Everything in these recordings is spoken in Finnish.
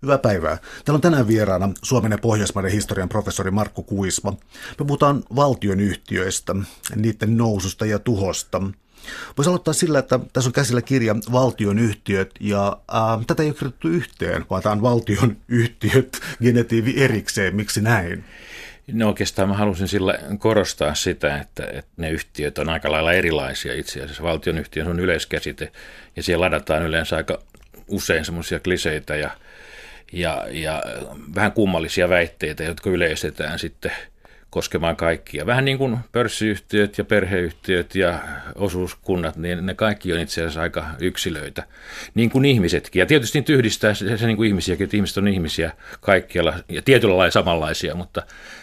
Hyvää päivää. Täällä on tänään vieraana Suomen ja Pohjoismaiden historian professori Markku Kuisma. Me puhutaan valtionyhtiöistä, niiden noususta ja tuhosta. Voisi aloittaa sillä, että tässä on käsillä kirja Valtionyhtiöt, ja tätä ei ole kirjoitettu yhteen, vaan tämä on valtionyhtiöt genetiivi erikseen. Miksi näin? No oikeastaan mä halusin sillä korostaa sitä, että ne yhtiöt on aika lailla erilaisia itse asiassa. Valtionyhtiö on yleiskäsite, ja siellä ladataan yleensä aika usein semmoisia kliseitä ja vähän kummallisia väitteitä, jotka yleistetään sitten koskemaan kaikkia. Vähän niin kuin pörssiyhtiöt ja perheyhtiöt ja osuuskunnat, niin ne kaikki on itse asiassa aika yksilöitä, niin kuin ihmisetkin. Ja tietysti niitä yhdistää se niin kuin ihmisiäkin, että ihmiset on ihmisiä kaikkialla ja tietyllä lailla samanlaisia, mutta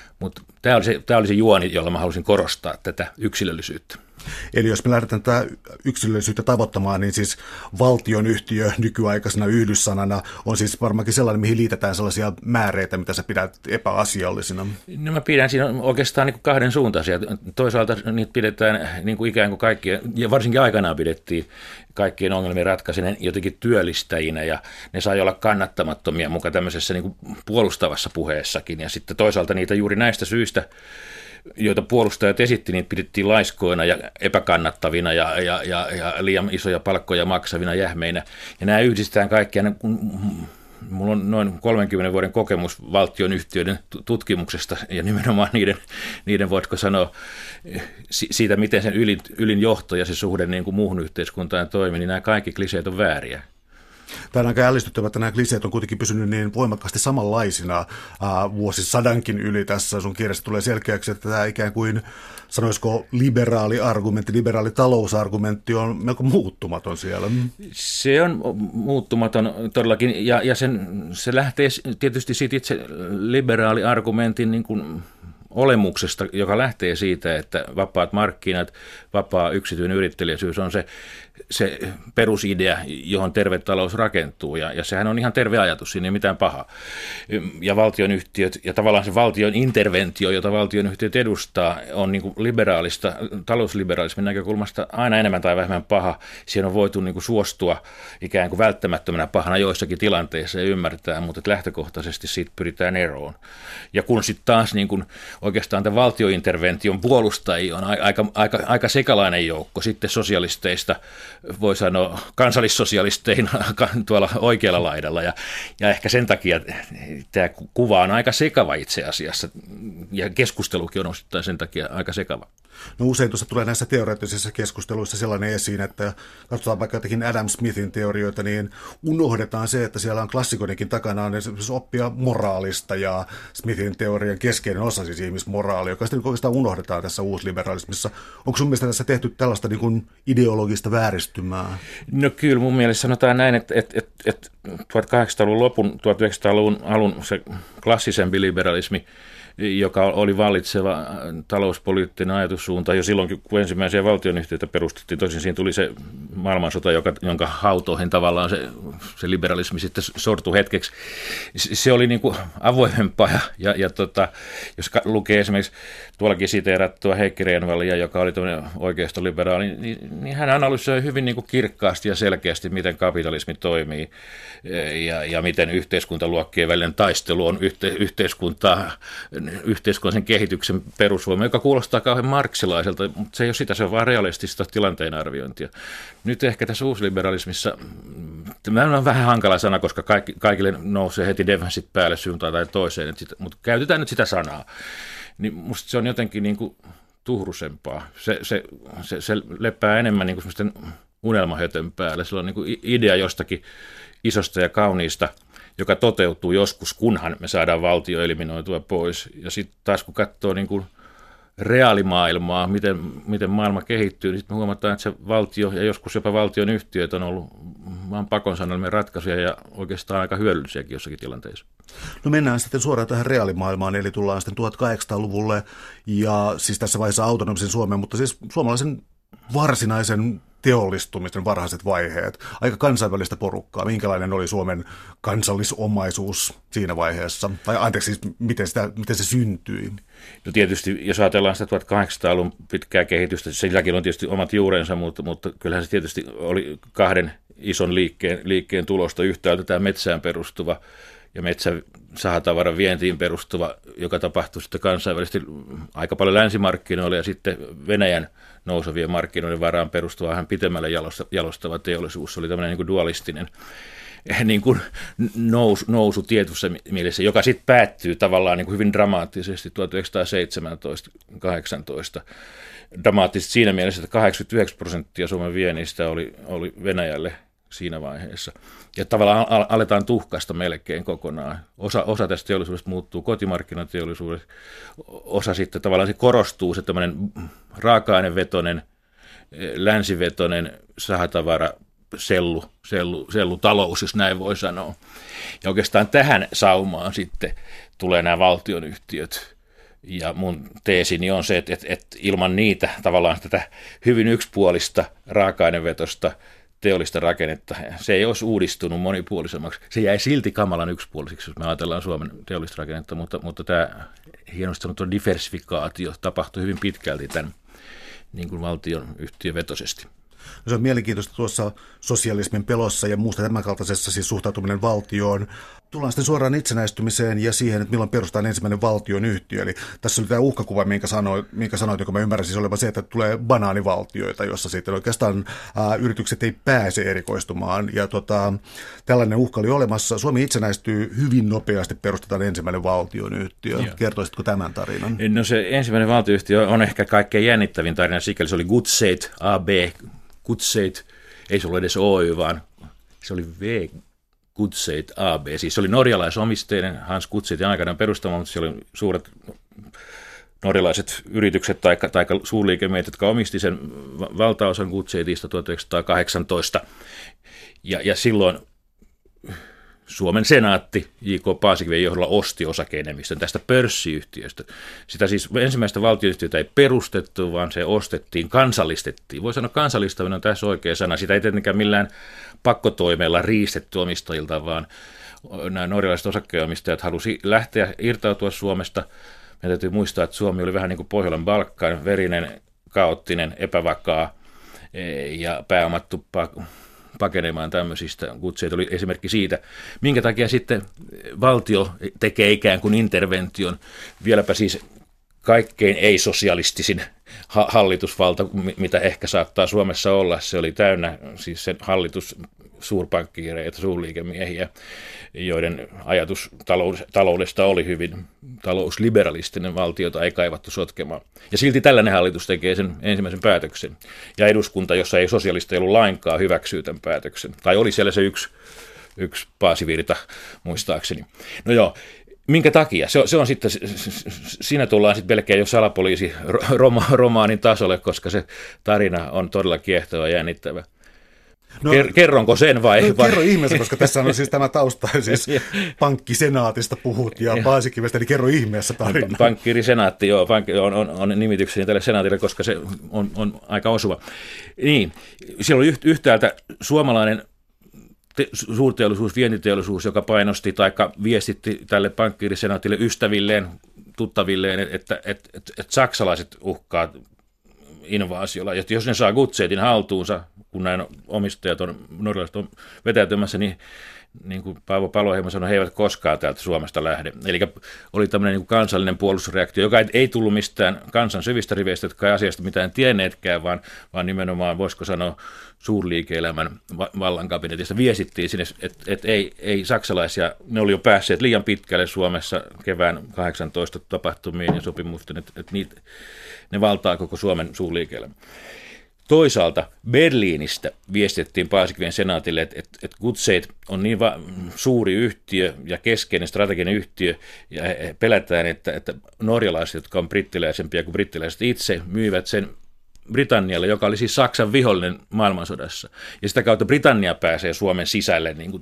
tämä oli se juoni, jolla mä halusin korostaa tätä yksilöllisyyttä. Eli jos me lähdetään tätä yksilöllisyyttä tavoittamaan, niin siis valtionyhtiö nykyaikaisena yhdyssanana on siis varmaankin sellainen, mihin liitetään sellaisia määreitä, mitä sä pidät epäasiallisina. No mä pidän siinä oikeastaan niin kuin kahden suuntaisia. Toisaalta niitä pidetään niin kuin ikään kuin kaikkien, ja varsinkin aikanaan pidettiin kaikkien ongelmien ratkaiseminen jotenkin työllistäjinä, ja ne sai olla kannattamattomia mukaan tämmöisessä niin kuin puolustavassa puheessakin. Ja sitten toisaalta niitä juuri näistä syistä, joita puolustajat esitti, niin pidettiin laiskoina ja epäkannattavina ja liian isoja palkkoja maksavina jähmeinä. Ja nämä yhdistetään kaikkia. Mulla on noin 30 vuoden kokemus valtionyhtiöiden tutkimuksesta ja nimenomaan niiden voitko sanoa siitä, miten sen ylin johto ja se suhde niin kuin muuhun yhteiskuntaan toimii, niin nämä kaikki kliseet on vääriä. Tämä on aika ällistyttävä, että nämä kliseet on kuitenkin pysynyt niin voimakkaasti samanlaisina vuosisadankin yli. Tässä sun kirjassa tulee selkeäksi, että tämä ikään kuin, sanoisiko, liberaali talousargumentti on melko muuttumaton siellä. Se on muuttumaton todellakin, ja se lähtee tietysti siitä itse liberaaliargumentin niin kuin olemuksesta, joka lähtee siitä, että vapaat markkinat, vapaa yksityinen yrittelijäisyys on se perusidea, johon terve talous rakentuu, ja sehän on ihan terve ajatus, siinä ei mitään pahaa. Ja valtionyhtiöt, ja tavallaan se valtion interventio, jota valtionyhtiöt edustaa, on niin kuin talousliberalismin näkökulmasta aina enemmän tai vähemmän paha. Siihen on voitu niin kuin suostua ikään kuin välttämättömänä pahana joissakin tilanteissa ja ymmärtää, mutta lähtökohtaisesti siitä pyritään eroon. Ja kun sitten taas niin kuin oikeastaan tämän valtiointervention puolustajia on aika sekalainen joukko, sitten sosialisteista, voi sanoa kansallissosialisteina tuolla oikealla laidalla, ja ehkä sen takia tämä kuva on aika sekava itse asiassa, ja keskustelukin on osittain sen takia aika sekava. No usein tuossa tulee näissä teoreettisissa keskusteluissa sellainen esiin, että katsotaan vaikka jotakin Adam Smithin teorioita, niin unohdetaan se, että siellä on klassikoidenkin takana on esimerkiksi oppia moraalista, ja Smithin teorian keskeinen osa siis ihmismoraali, joka sitten oikeastaan unohdetaan tässä uusliberalismissa. Onko sun mielestä tässä tehty tällaista niin kuin ideologista vääristymää? No kyllä mun mielestä sanotaan näin, että 1800-luvun lopun, 1900-luvun alun se klassisempi liberalismi, joka oli vallitseva talouspoliittinen ajatussuunta jo silloin, kun ensimmäisiä valtionyhtiöitä perustettiin. Tosin siinä tuli se maailmansota, jonka hautoihin tavallaan se liberalismi sitten sortui hetkeksi. Se oli niin kuin avoimempaa, ja jos lukee esimerkiksi tuollakin siteerattua Heikki Renvallia, joka oli tämmöinen oikeistoliberaali, niin hän analysoi hyvin niin kuin kirkkaasti ja selkeästi, miten kapitalismi toimii ja miten yhteiskuntaluokkien välinen taistelu on yhteiskunnallisen kehityksen perusvoima, joka kuulostaa kauhean marksilaiselta, mutta se ei ole sitä, se on vain realistista tilanteen arviointia. Nyt ehkä tässä uusliberalismissa, tämä on vähän hankala sana, koska kaikille nousee heti defenssit päälle suuntaan tai toiseen, mutta käytetään nyt sitä sanaa. Niin musta se on jotenkin niin kuin tuhrusempaa. Se lepää enemmän niin kuin semmoisten unelmahötön päälle. Sillä on niin kuin idea jostakin isosta ja kauniista, joka toteutuu joskus, kunhan me saadaan valtio eliminoitua pois. Ja sitten taas kun katsoo niin kuin reaalimaailmaa, miten maailma kehittyy, niin sitten me huomataan, että se valtio ja joskus jopa valtion yhtiöt on ollut maan pakon sanelmien ratkaisuja ja oikeastaan aika hyödyllisiäkin jossakin tilanteissa. No mennään sitten suoraan tähän reaalimaailmaan, eli tullaan sitten 1800-luvulle ja siis tässä vaiheessa autonomisen Suomen, mutta siis suomalaisen varsinaisen teollistumisen varhaiset vaiheet, aika kansainvälistä porukkaa. Minkälainen oli Suomen kansallisomaisuus siinä vaiheessa? Tai anteeksi, siis miten se syntyi? No tietysti, jos ajatellaan sitä 1800-luvun pitkää kehitystä, silläkin on tietysti omat juurensa, mutta kyllähän se tietysti oli kahden ison liikkeen tulosta. Yhtäältä tämä metsään perustuva ja metsäsahatavaran vientiin perustuva, joka tapahtui sitten kansainvälisesti aika paljon länsimarkkinoilla ja sitten Venäjän nousevien markkinoiden varaan perustuva vähän pitemmälle jalostava teollisuus. Se oli tämmöinen niin kuin dualistinen niin kuin nousu tietyssä mielessä, joka sitten päättyy tavallaan niin kuin hyvin dramaattisesti 1917-18. Dramaattisesti siinä mielessä, että 89% Suomen viennistä oli Venäjälle siinä vaiheessa. Ja tavallaan aletaan tuhkaista melkein kokonaan. Osa tästä teollisuudesta muuttuu kotimarkkinateollisuudeksi, osa sitten tavallaan se korostuu, se tämmöinen raaka-ainevetoinen, länsivetoinen sahatavara, sellutalous, jos näin voi sanoa. Ja oikeastaan tähän saumaan sitten tulee nämä valtionyhtiöt. Ja mun teesini on se, että ilman niitä tavallaan tätä hyvin yksipuolista raaka-ainevetosta teollista rakennetta, se ei olisi uudistunut monipuolisemmaksi. Se jäi silti kamalan yksipuoliseksi, jos me ajatellaan Suomen teollista rakennetta, mutta tämä hienosti sanottu diversifikaatio tapahtui hyvin pitkälti tämän niin kuin valtion yhtiövetoisesti. No se on mielenkiintoista tuossa sosialismin pelossa ja muusta tämänkaltaisessa siis suhtautuminen valtioon. Tullaan sitten suoraan itsenäistymiseen ja siihen, että milloin perustetaan ensimmäinen valtionyhtiö. Eli tässä oli tämä uhkakuva, minkä sanoit, joka mä ymmärrän siis olevan se, että tulee banaanivaltioita, jossa sitten oikeastaan yritykset ei pääse erikoistumaan. Ja tällainen uhka oli olemassa. Suomi itsenäistyy hyvin nopeasti, perustetaan ensimmäinen valtionyhtiö. Joo. Kertoisitko tämän tarinan? No se ensimmäinen valtionyhtiö on ehkä kaikkein jännittävin tarina, sikäli se oli Gutzeit AB. Gutzeit, ei se ollut edes Oy, vaan se oli Gutzeit AB. Siis se oli norjalaisomisteinen Hans Gutzeitin aikanaan perustama, mutta siellä oli suuret norjalaiset yritykset tai suurliikemiehet, jotka omisti sen valtaosan Gutzeitista 1918. Ja silloin Suomen senaatti J.K. Paasikiven johdolla osti osake-enemmistön tästä pörssiyhtiöstä. Sitä siis ensimmäistä valtionyhtiötä ei perustettu, vaan se ostettiin, kansallistettiin. Voi sanoa, kansallistaminen on tässä oikea sana. Sitä ei tietenkään millään pakkotoimella riistetty omistajilta, vaan nämä norjalaiset osakkeenomistajat halusi lähteä irtautua Suomesta. Meidän täytyy muistaa, että Suomi oli vähän niin kuin Pohjolan Balkan, verinen, kaoottinen, epävakaa ja pääomat tuppaa pakenemaan tämmöisistä. Gutzeit oli esimerkki siitä, minkä takia sitten valtio tekee ikään kuin intervention, vieläpä siis kaikkein ei-sosialistisin hallitusvalta, mitä ehkä saattaa Suomessa olla. Se oli täynnä siis sen hallitus suurpankkiireita, suurliikemiehiä, joiden ajatus taloudesta oli hyvin talousliberalistinen, valtiota ei kaivattu sotkemaan. Ja silti tällainen hallitus tekee sen ensimmäisen päätöksen. Ja eduskunta, jossa ei sosialista ollut lainkaan, hyväksyy tämän päätöksen. Tai oli siellä se yksi Paasivirta, muistaakseni. No joo, minkä takia? Se on sitten, siinä tullaan sitten melkein jo salapoliisi romaanin tasolle, koska se tarina on todella kiehtova ja jännittävä. No, kerronko sen vai? Kerro ihmeessä, koska tässä on siis tämä tausta, siis pankkisenaatista puhut ja Paasikivestä, niin kerro ihmeessä tarina. Pankkiirisenaatti, joo, on nimitykseni tälle senaatille, koska se on aika osuva. Niin, siellä oli yhtäältä suomalainen suurteollisuus, vientiteollisuus, joka painosti tai viestitti tälle pankkiirisenaatille ystävilleen, tuttavilleen, että saksalaiset uhkaa invaasiolla. Ja jos ne saa Gutzeitin haltuunsa, kun näin omistajat on norjalaiset on vetäytymässä, niin kuin Paavo Paloheimo sanoi, he eivät koskaan täältä Suomesta lähde. Eli oli tämmöinen niin kuin kansallinen puolustusreaktio, joka ei tullut mistään kansan syvistä riveistä, jotka ei asiasta mitään tienneetkään, vaan nimenomaan, voisiko sanoa, suurliike-elämän vallankabinetista viestittiin sinne, että ei saksalaisia, ne oli jo päässeet liian pitkälle Suomessa kevään 18 tapahtumiin ja sopimusten, että ne valtaa koko Suomen suurliike-elämä. Toisaalta Berliinistä viestettiin Paasikiven senaatille, että Gutzeit on niin suuri yhtiö ja keskeinen strateginen yhtiö, ja pelätään, että norjalaiset, jotka on brittiläisempiä kuin brittiläiset itse, myyvät sen Britannialle, joka oli siis Saksan vihollinen maailmansodassa. Ja sitä kautta Britannia pääsee Suomen sisälle niin kuin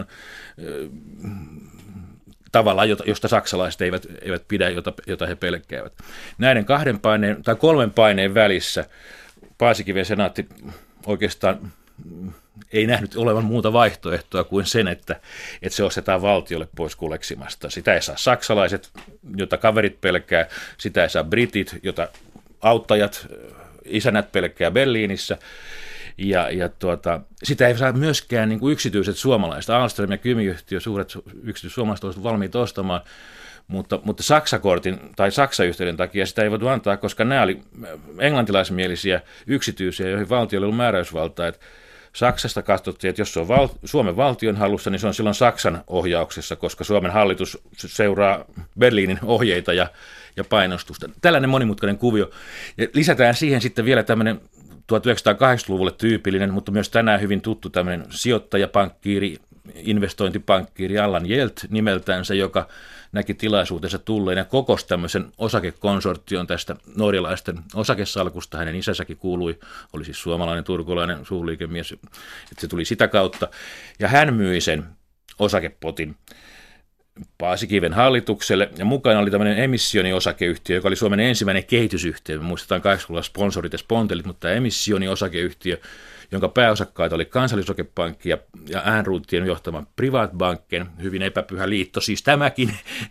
tavallaan, josta saksalaiset eivät pidä, jota he pelkäävät. Näiden kolmen paineen välissä Paasikiven senaatti oikeastaan ei nähnyt olevan muuta vaihtoehtoa kuin sen, että se ostetaan valtiolle pois kuleksimasta. Sitä ei saa saksalaiset, jota kaverit pelkää, sitä ei saa britit, jota auttajat, isänät pelkää Berliinissä, Sitä ei saa myöskään niin kuin yksityiset suomalaiset, Ahlström ja Kymi-yhtiö, suuret yksityiset suomalaiset olisivat valmiit ostamaan, mutta Saksakortin tai Saksa-yhteyden takia sitä ei voitu antaa, koska nämä oli englantilaismielisiä yksityisiä, joihin valtiolla oli ollut määräysvaltaa. Että Saksasta katsottiin, että jos se on Suomen valtion hallussa, niin se on silloin Saksan ohjauksessa, koska Suomen hallitus seuraa Berliinin ohjeita ja painostusta. Tällainen monimutkainen kuvio. Ja lisätään siihen sitten vielä tämmöinen 1980-luvulle tyypillinen, mutta myös tänään hyvin tuttu tämmöinen sijoittajapankkiiri, investointipankkiiri Allan Hjelt nimeltänsä, joka näki tilaisuutensa tulleen ja kokosi tämmöisen osakekonsortion tästä norjalaisten osakesalkusta. Hänen isänsäkin kuului, oli siis suomalainen turkulainen suurliikemies, että se tuli sitä kautta. Ja hän myi sen osakepotin Paasikiven hallitukselle, ja mukana oli tämmöinen emissioni-osakeyhtiö, joka oli Suomen ensimmäinen kehitysyhtiö. Me muistetaan 80-luvulla sponsorit ja spontelit, mutta tämä emissioni-osakeyhtiö, jonka pääosakkaita oli Kansallisosakepankki ja Ehrnroothin johtama Privatbanken, hyvin epäpyhä liitto siis tämäkin,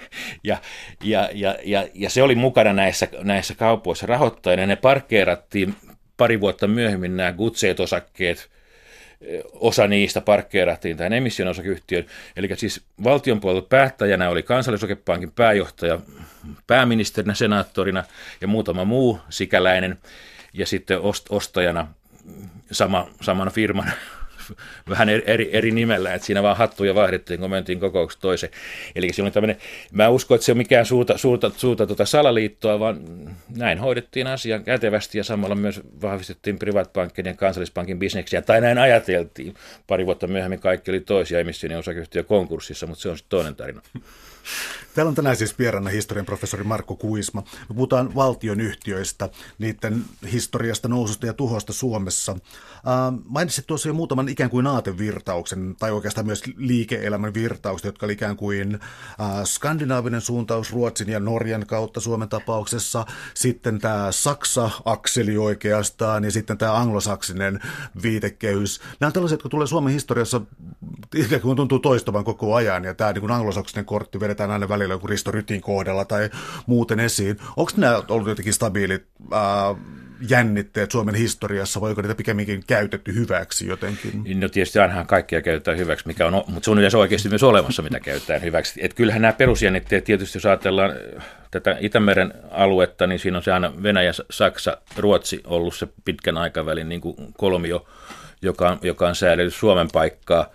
ja se oli mukana näissä kaupoissa rahoittajana, ja ne parkkeerattiin pari vuotta myöhemmin nämä Gutseet-osakkeet, osa niistä parkkeerattiin tähän emission-osakeyhtiöön, eli siis valtion puolelta päättäjänä oli Kansallisosakepankin pääjohtaja pääministerinä, senaattorina ja muutama muu sikäläinen, ja sitten ostajana saman firman vähän eri nimellä, että siinä vaan hattuja vaihdettiin, kun mentiin kokouksesta toiseen. Eli se oli tämmöinen, mä uskon, että se on mikään suurta salaliittoa, vaan näin hoidettiin asian kätevästi ja samalla myös vahvistettiin Privatbankin ja Kansallispankin bisneksiä, tai näin ajateltiin. Pari vuotta myöhemmin kaikki oli toisia emissioiden osakeyhtiö konkurssissa, mutta se on sitten toinen tarina. Täällä on tänään siis vieraana historian professori Markku Kuisma. Me puhutaan valtionyhtiöistä, niiden historiasta, noususta ja tuhosta Suomessa. Mainitsit tuossa jo muutaman ikään kuin aatevirtauksen, tai oikeastaan myös liike-elämän virtaukset, jotka oli ikään kuin skandinaavinen suuntaus Ruotsin ja Norjan kautta Suomen tapauksessa, sitten tämä Saksa-akseli oikeastaan, ja sitten tämä anglosaksinen viitekehys. Nämä on tällaiset, jotka tulee Suomen historiassa, ikään kuin tuntuu toistuvan koko ajan, ja tämä niin kuin anglosaksinen kortti vedetään aina välillä joku Risto Rytin kohdalla tai muuten esiin. Onko nämä ollut jotenkin stabiilit jännitteet Suomen historiassa, vai onko niitä pikemminkin käytetty hyväksi jotenkin? No tietysti ainahan kaikkia käytetään hyväksi, mikä on, mutta se on yleensä oikeasti myös olemassa, mitä käytetään hyväksi. Et kyllähän nämä perusjännitteet tietysti, jos ajatellaan tätä Itämeren aluetta, niin siinä on se aina Venäjä, Saksa, Ruotsi ollut se pitkän aikavälin niin kuin kolmio, joka on säädellyt Suomen paikkaa.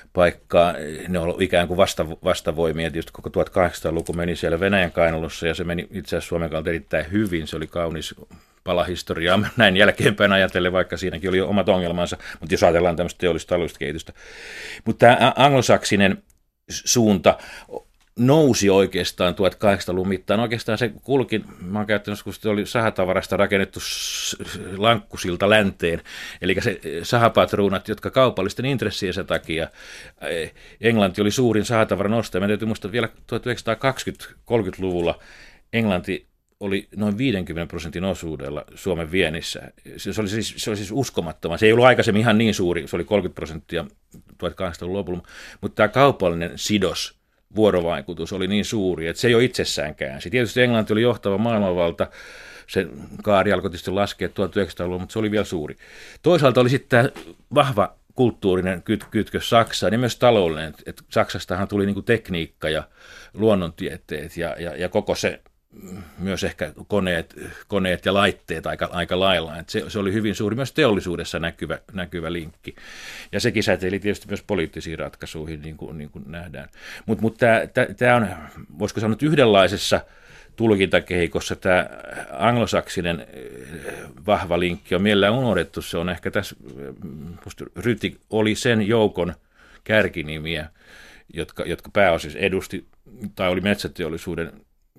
Ne on ollut ikään kuin vastavoimia. Tietysti koko 1800-luku meni siellä Venäjän kainalossa ja se meni itse asiassa Suomen kannalta erittäin hyvin. Se oli kaunis palahistoriaa näin jälkeenpäin ajatellen, vaikka siinäkin oli jo omat ongelmansa, mutta jos ajatellaan tämmöistä teollista kehitystä. Mutta tämä anglosaksinen suunta nousi oikeastaan 1800-luvun mittaan. Oikeastaan se kulki, mä oon käyttänyt, kun se oli sahatavarasta rakennettu lankkusilta länteen, eli se sahapatruunat, jotka kaupallisten intressiensä takia, Englanti oli suurin sahatavaran ostaja. Mä täytyy muistaa vielä 1920-30-luvulla Englanti oli noin 50% osuudella Suomen viennissä. Se oli siis uskomattoman. Se ei ollut aikaisemmin ihan niin suuri, se oli 30% 1800-luvun lopulla, mutta tämä kaupallinen sidos, vuorovaikutus oli niin suuri, että se ei ole itsessään käänsi. Tietysti Englanti oli johtava maailmanvalta, se kaari alkoi tietysti laskea 1900-luvulla, mutta se oli vielä suuri. Toisaalta oli sitten tämä vahva kulttuurinen kytkös Saksaan ja myös taloudellinen, että Saksastahan tuli niin kuin tekniikka ja luonnontieteet ja koko se myös ehkä koneet ja laitteet aika lailla. Että se oli hyvin suuri myös teollisuudessa näkyvä linkki. Ja sekin säteili tietysti myös poliittisiin ratkaisuihin, niin kuin nähdään. Mutta tämä on, voisiko sanoa, yhdenlaisessa tulkintakehikossa tämä anglosaksinen vahva linkki on mielellään unohdettu. Se on ehkä tässä, Ryti oli sen joukon kärkinimiä, jotka pääosin edusti, tai oli metsäteollisuuden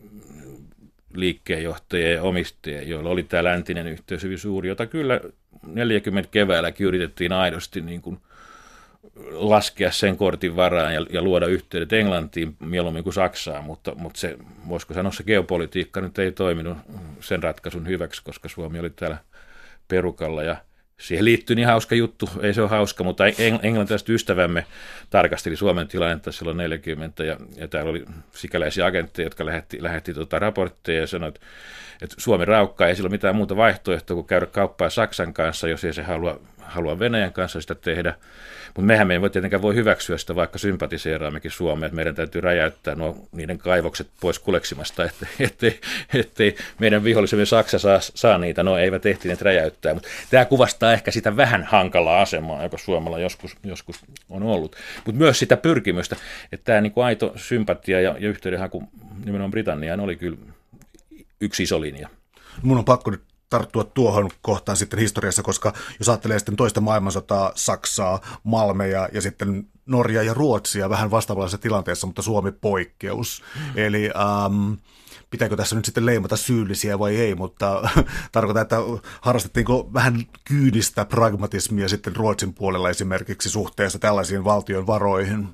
liikkeenjohtajia ja omistajia, joilla oli tämä läntinen yhteys hyvin suuri, jota kyllä 40 keväälläkin yritettiin aidosti niin kuin laskea sen kortin varaan ja luoda yhteydet Englantiin mieluummin kuin Saksaan, mutta se, voisiko sanoa, se geopolitiikka nyt ei toiminut sen ratkaisun hyväksi, koska Suomi oli täällä perukalla ja siihen liittyy niin hauska juttu, ei se ole hauska, mutta englantilaiset ystävämme tarkasteli Suomen tilannetta silloin 40 ja täällä oli sikäläisiä agentteja, jotka lähetti raportteja ja sanoi, että Suomi raukkaa, ei sillä ole mitään muuta vaihtoehtoa kuin käydä kauppaa Saksan kanssa, jos ei se halua Venäjän kanssa sitä tehdä, mutta mehän me ei tietenkään voi hyväksyä sitä, vaikka sympatiseeraammekin Suomeen, että meidän täytyy räjäyttää niiden kaivokset pois kuleksimasta, ettei meidän vihollisemme Saksa saa niitä, eivät ehtineet räjäyttää, mutta tämä kuvastaa ehkä sitä vähän hankalaa asemaa, joka Suomella joskus on ollut, mutta myös sitä pyrkimystä, että tämä niin kuin aito sympatia ja yhteydenhaku nimenomaan Britanniaan oli kyllä yksi iso linja. Mun on pakko nyt tarttua tuohon kohtaan sitten historiassa, koska jos ajattelee sitten toista maailmansotaa, Saksaa, Malmeja ja sitten Norja ja Ruotsia vähän vastaavanlaisessa tilanteessa, mutta Suomi poikkeus. Eli pitääkö tässä nyt sitten leimata syyllisiä vai ei, mutta tarkoitan, että harrastettiinko vähän kyynistä pragmatismia sitten Ruotsin puolella esimerkiksi suhteessa tällaisiin valtion varoihin?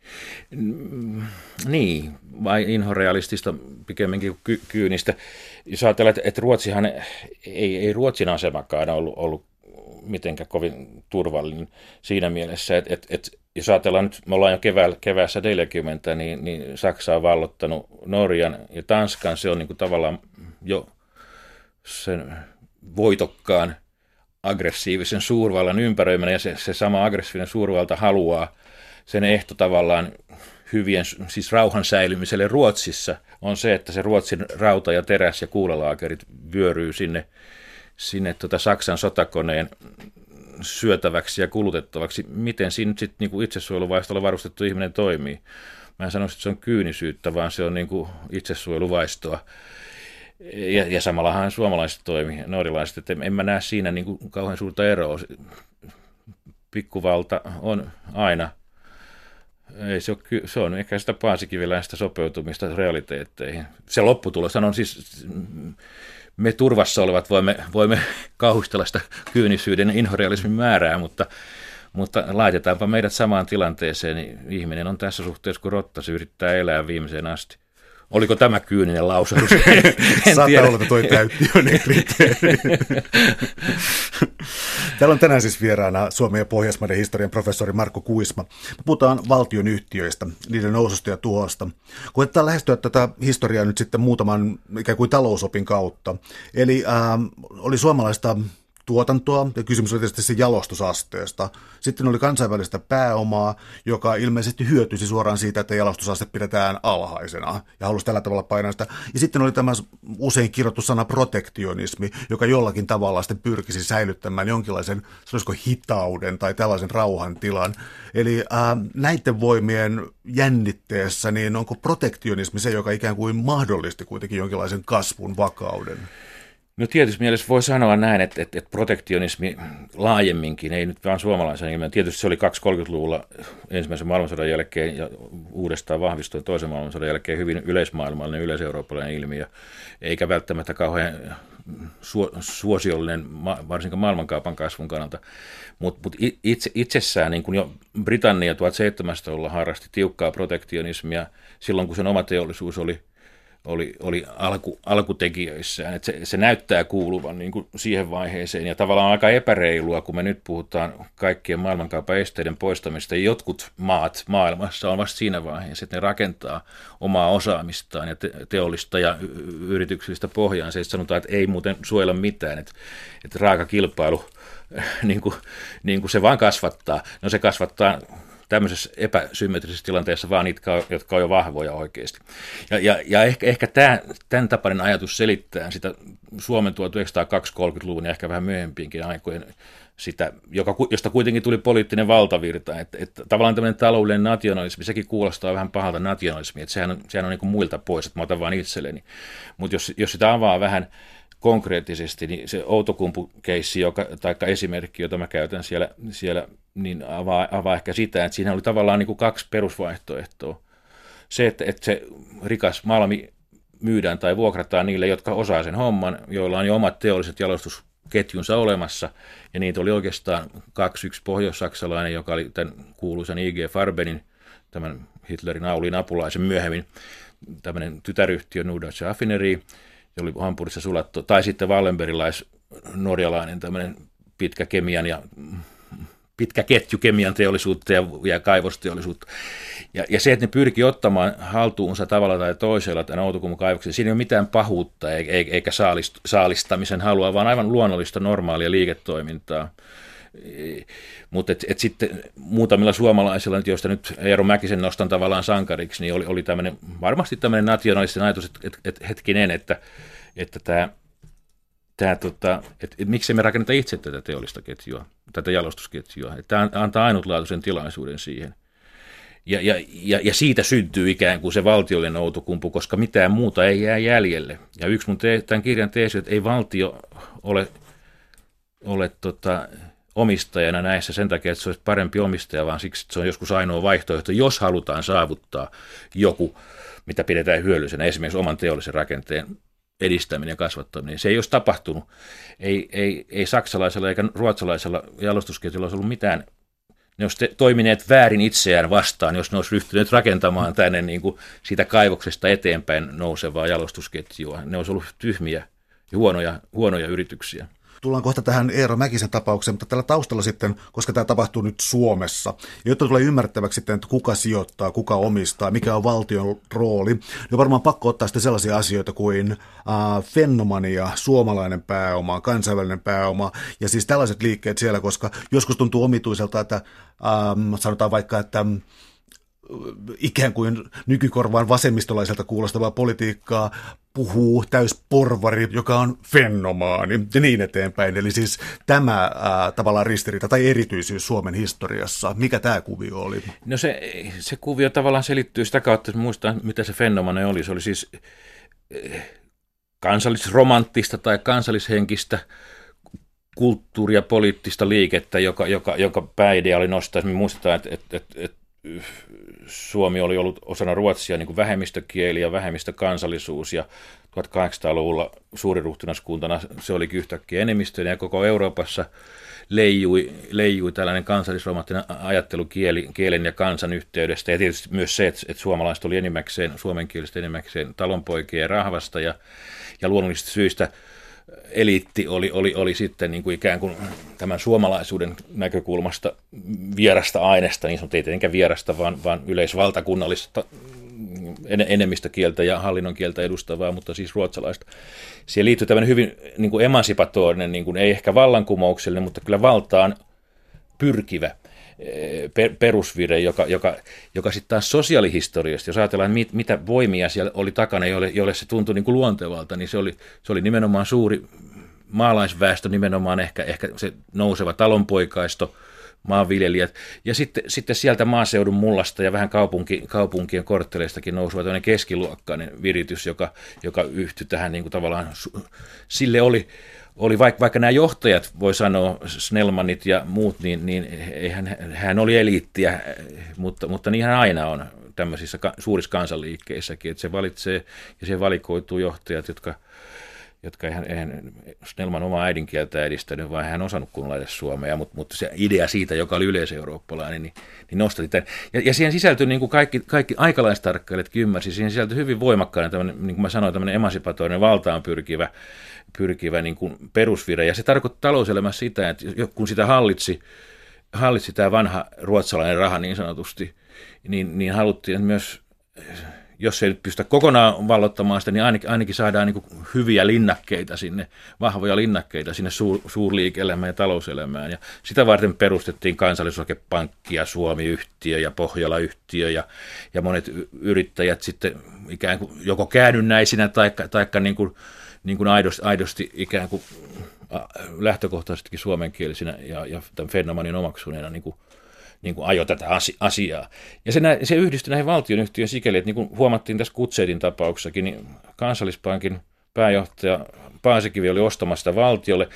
Niin, vai inhorealistista pikemminkin kuin kyynistä. Jos ajatellaan, että Ruotsihan ei Ruotsin asemakaan ollut mitenkään kovin turvallinen siinä mielessä, että jos ajatellaan nyt, me ollaan jo keväässä 40, niin Saksa on vallottanut Norjan ja Tanskan, se on niin kuin tavallaan jo sen voitokkaan aggressiivisen suurvallan ympäröimänä, ja se sama aggressiivinen suurvalta haluaa sen ehto tavallaan siis rauhan säilymiselle Ruotsissa on se, että se Ruotsin rauta ja teräs ja kuulalaakerit vyöryy sinne Saksan sotakoneen syötäväksi ja kulutettavaksi. Miten siinä nyt sitten niin itsesuojeluvaistolla varustettu ihminen toimii? Mä en sanoisi, että se on kyynisyyttä, vaan se on niin kuin itsesuojeluvaistoa. Ja samallahan suomalaiset toimii, norjalaiset, että en mä näe siinä niin kuin kauhean suurta eroa. Pikkuvalta on aina. Ei se on ehkä sitä paasikiviläistä sopeutumista realiteetteihin. Se lopputulos on siis, me turvassa olevat voimme kauhistella sitä kyynisyyden inhorealismin määrää, mutta laitetaanpa meidät samaan tilanteeseen, niin ihminen on tässä suhteessa kuin rotta, se yrittää elää viimeiseen asti. Oliko tämä kyyninen lausahdus? Saattaa olla, että toi täytti jo ne kriteerit. Täällä on tänään siis vieraana Suomen ja Pohjoismaiden historian professori Markku Kuisma. Me puhutaan valtionyhtiöistä, niiden noususta ja tuhosta. Koetetaan lähestyä tätä historiaa nyt sitten muutaman ikään kuin talousopin kautta. Eli oli suomalaista tuotantoa, ja kysymys oli tietysti sen jalostusasteesta. Sitten oli kansainvälistä pääomaa, joka ilmeisesti hyötyisi suoraan siitä, että jalostusaste pidetään alhaisena, ja halusi tällä tavalla painaa sitä. Ja sitten oli tämä usein kirjoittu sana protektionismi, joka jollakin tavalla sitten pyrkisi säilyttämään jonkinlaisen, sanoisiko hitauden tai tällaisen rauhantilan. Eli näiden voimien jännitteessä, niin onko protektionismi se, joka ikään kuin mahdollisti kuitenkin jonkinlaisen kasvun, vakauden? No tietysti mielessä voi sanoa näin, että protektionismi laajemminkin, ei nyt vaan suomalaisen ilmiön. Tietysti se oli 20-30-luvulla ensimmäisen maailmansodan jälkeen ja uudestaan vahvistui toisen maailmansodan jälkeen hyvin yleismaailmallinen, yleiseurooppalainen ilmiö, eikä välttämättä kauhean suosiollinen varsinkaan maailmankaupan kasvun kannalta. Mutta itsessään niin kun jo Britannia 1700-luvulla harrasti tiukkaa protektionismia silloin, kun sen oma teollisuus oli alkutekijöissään, että se näyttää kuuluvan niin kuin siihen vaiheeseen, ja tavallaan aika epäreilua, kun me nyt puhutaan kaikkien maailmankaupan esteiden poistamista, ja jotkut maat maailmassa on vasta siinä vaiheessa, että ne rakentaa omaa osaamistaan ja teollista ja yrityksellistä pohjaa, se sanotaan, että ei muuten suojella mitään, että raaka kilpailu, niin kuin se vaan kasvattaa, no se kasvattaa tämmöisessä epäsymmetrisessä tilanteessa vaan niitä, jotka on jo vahvoja oikeasti. Ja ehkä tämän tapainen ajatus selittää sitä Suomen 1920-30-luvun ja ehkä vähän myöhempiinkin aikojen sitä, josta kuitenkin tuli poliittinen valtavirta. Että tavallaan tämmöinen taloudellinen nationalismi, sekin kuulostaa vähän pahalta nationalismia, että sehän on niin kuin muilta pois, että mä otan vaan itselleni. Mutta jos sitä avaa vähän konkreettisesti, niin se Outokumpu-keissi, tai esimerkki, jota mä käytän siellä niin avaa ehkä sitä, että siinä oli tavallaan niin kuin kaksi perusvaihtoehtoa. Se, että se rikas malmi myydään tai vuokrataan niille, jotka osaa sen homman, joilla on jo omat teolliset jalostusketjunsa olemassa, ja niitä oli oikeastaan yksi pohjoissaksalainen, joka oli tämän kuuluisan I.G. Farbenin, tämän Hitlerin Aulin apulaisen myöhemmin, tämmöinen tytäryhtiö Norddeutsche Raffinerie, oli Hampurissa sulattu, tai sitten wallenbergilais-norjalainen tämmöinen pitkä ketju kemian teollisuutta ja kaivosteollisuutta. Ja se, että ne pyrkii ottamaan haltuunsa tavalla tai toisella tämän Outokummun kaivoksen, siinä ei ole mitään pahuutta eikä saalistamisen halua, vaan aivan luonnollista normaalia liiketoimintaa. Mutta sitten muutamilla suomalaisilla, joista nyt Eero Mäkisen nostan tavallaan sankariksi, niin oli varmasti tämmöinen nationalistinen ajatus, että hetkinen, että miksi me rakenneta itse tätä teollista ketjua, tätä jalostusketjua, että tämä antaa ainutlaatuisen tilaisuuden siihen. Ja siitä syntyy ikään kuin se valtiollinen outokumpu, koska mitään muuta ei jää jäljelle. Ja yksi mun tämän kirjan teesi, että ei valtio ole omistajana näissä sen takia, että se olisi parempi omistaja, vaan siksi, että se on joskus ainoa vaihtoehto, jos halutaan saavuttaa joku, mitä pidetään hyödyllisenä, esimerkiksi oman teollisen rakenteen edistäminen ja kasvattaminen. Se ei olisi tapahtunut. Ei saksalaisella eikä ruotsalaisella jalostusketjulla olisi ollut mitään. Ne olisi toimineet väärin itseään vastaan, jos ne olisi ryhtyneet rakentamaan tänne niin kuin siitä kaivoksesta eteenpäin nousevaa jalostusketjua. Ne olisi ollut tyhmiä ja huonoja yrityksiä. Tullaan kohta tähän Eero Mäkisen tapaukseen, mutta tällä taustalla sitten, koska tämä tapahtuu nyt Suomessa, jotta tulee ymmärrettäväksi sitten, että kuka sijoittaa, kuka omistaa, mikä on valtion rooli, niin on varmaan pakko ottaa sitten sellaisia asioita kuin fennomania, suomalainen pääoma, kansainvälinen pääoma ja siis tällaiset liikkeet siellä, koska joskus tuntuu omituiselta, että sanotaan vaikka, että ikään kuin nykykorvaan vasemmistolaiselta kuulostavaa politiikkaa puhuu täysporvari, joka on fennomaani ja niin eteenpäin. Eli siis tämä tavallaan ristiriita tai erityisyys Suomen historiassa. Mikä tämä kuvio oli? No se kuvio tavallaan selittyy sitä kautta, että muistaa, mitä se fennomane oli. Se oli siis kansallisromanttista tai kansallishenkistä kulttuuria, poliittista liikettä, joka pääidea oli nostaa. Me muistetaan, että Suomi oli ollut osana Ruotsia niin kuin vähemmistökieli ja vähemmistökansallisuus, ja 1800-luvulla suuriruhtinaskuntana se olikin yhtäkkiä enemmistöinen, ja koko Euroopassa leijui tällainen kansallisromanttinen ajattelu kielen ja kansan yhteydestä, ja tietysti myös se, että suomalaiset oli suomenkieliset enimmäkseen talonpoikia ja rahvasta, ja luonnollisista syistä eliitti oli sitten niin kuin ikään kuin tämän suomalaisuuden näkökulmasta vierasta aineesta, niin sanottu ei tietenkään vierasta, vaan yleisvaltakunnallista enemmistökieltä ja hallinnon kieltä edustavaa, mutta siis ruotsalaista. Siihen liittyy tämmöinen hyvin niin kuin emansipatorinen, niin kuin ei ehkä vallankumouksellinen, mutta kyllä valtaan pyrkivä perusvire, joka sitten taas sosiaalihistoriasta, jos ajatellaan, mitä voimia siellä oli takana, jolle se tuntui niin kuin luontevalta, niin se oli nimenomaan suuri maalaisväestö, nimenomaan ehkä se nouseva talonpoikaisto, maanviljelijät, ja sitten sieltä maaseudun mullasta ja vähän kaupunkien kortteleistakin nouseva tämmöinen keskiluokkainen viritys, joka yhtyi tähän niin kuin tavallaan, sille oli vaikka nämä johtajat, voi sanoa, Snellmanit ja muut, niin hän oli eliittiä, mutta niinhän aina on tämmöisissä suurissa kansanliikkeissäkin, että se valitsee ja siihen valikoituu johtajat, jotka eihän Snellman omaa äidinkieltä edistänyt, vaan hän osannut kunnolla edes suomea, mutta se idea siitä, joka oli yleiseurooppalainen, niin nostatti tämän. Ja siihen sisältyi, niin kuin kaikki aikalaistarkkailijatkin ymmärsi, siihen sisältyi hyvin voimakkaana, niin kuin mä sanoin, tämmöinen emansipatorinen valtaan pyrkivä niin kuin perusvire. Ja se tarkoitti talouselämässä sitä, että kun sitä hallitsi tämä vanha ruotsalainen raha niin sanotusti, niin haluttiin myös, jos ei nyt pystytä kokonaan vallottamaan sitä, niin ainakin saadaan niin kuin hyviä linnakkeita sinne, vahvoja linnakkeita sinne suurliike-elämään ja talouselämään. Ja sitä varten perustettiin Kansallisosakepankki ja Suomi-yhtiö ja Pohjola-yhtiö ja monet yrittäjät sitten ikään kuin joko käännynnäisinä taikka niin kuin aidosti ikään kuin lähtökohtaisestikin suomenkielisinä ja tämän fenomenin omaksuneena niin kuin ajoi tätä asiaa. Ja se yhdistyi näihin valtionyhtiöihin sikäli, että niin kuin huomattiin tässä Kutsetin tapauksessakin, niin Kansallispankin pääjohtaja Paasikivi oli ostamassa sitä valtiolle.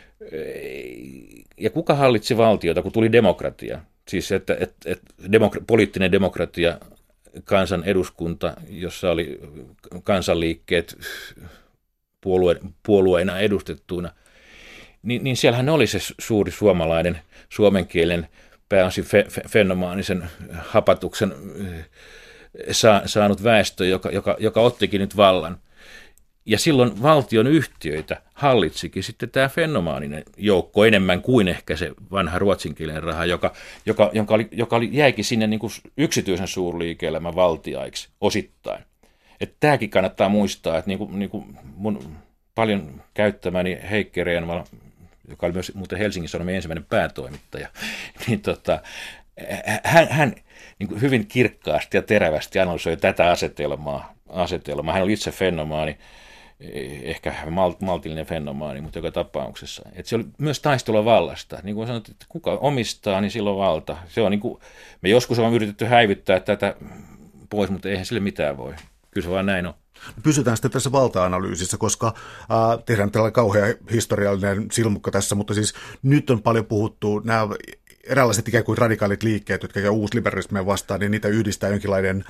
Ja kuka hallitsi valtiota, kun tuli demokratia? Siis että poliittinen demokratia, kansan eduskunta, jossa oli kansanliikkeet puolueina edustettuina, niin siellähän oli se suuri suomalainen, suomenkielen, pääosin fenomaanisen hapatuksen saanut väestö, joka ottikin nyt vallan. Ja silloin valtion yhtiöitä hallitsikin sitten tämä fenomaaninen joukko enemmän kuin ehkä se vanha ruotsinkielinen raha, joka jäikin sinne niin kuin yksityisen suurliike-elämän valtiaiksi osittain. Että tämäkin kannattaa muistaa, että niin kuin mun paljon käyttämäni Heikki Reenvall, joka oli myös muuten Helsingin Sanomien ensimmäinen päätoimittaja, niin hän niin kuin hyvin kirkkaasti ja terävästi analysoi tätä asetelmaa. Hän oli itse fenomaani, ehkä maltillinen fenomaani, mutta joka tapauksessa. Että se oli myös taistelua vallasta. Niin kuin sanottiin, että kuka omistaa, niin silloin valta. Se on niin kuin, me joskus on yritetty häivyttää tätä pois, mutta eihän sille mitään voi. Kyllä se vaan näin on. Pysytään sitten tässä valta-analyysissä, koska tehdään tällainen kauhea historiallinen silmukka tässä, mutta siis nyt on paljon puhuttu nämä eräänlaiset ikään kuin radikaalit liikkeet, jotka käy uusliberalismia vastaan, niin niitä yhdistää jonkinlainen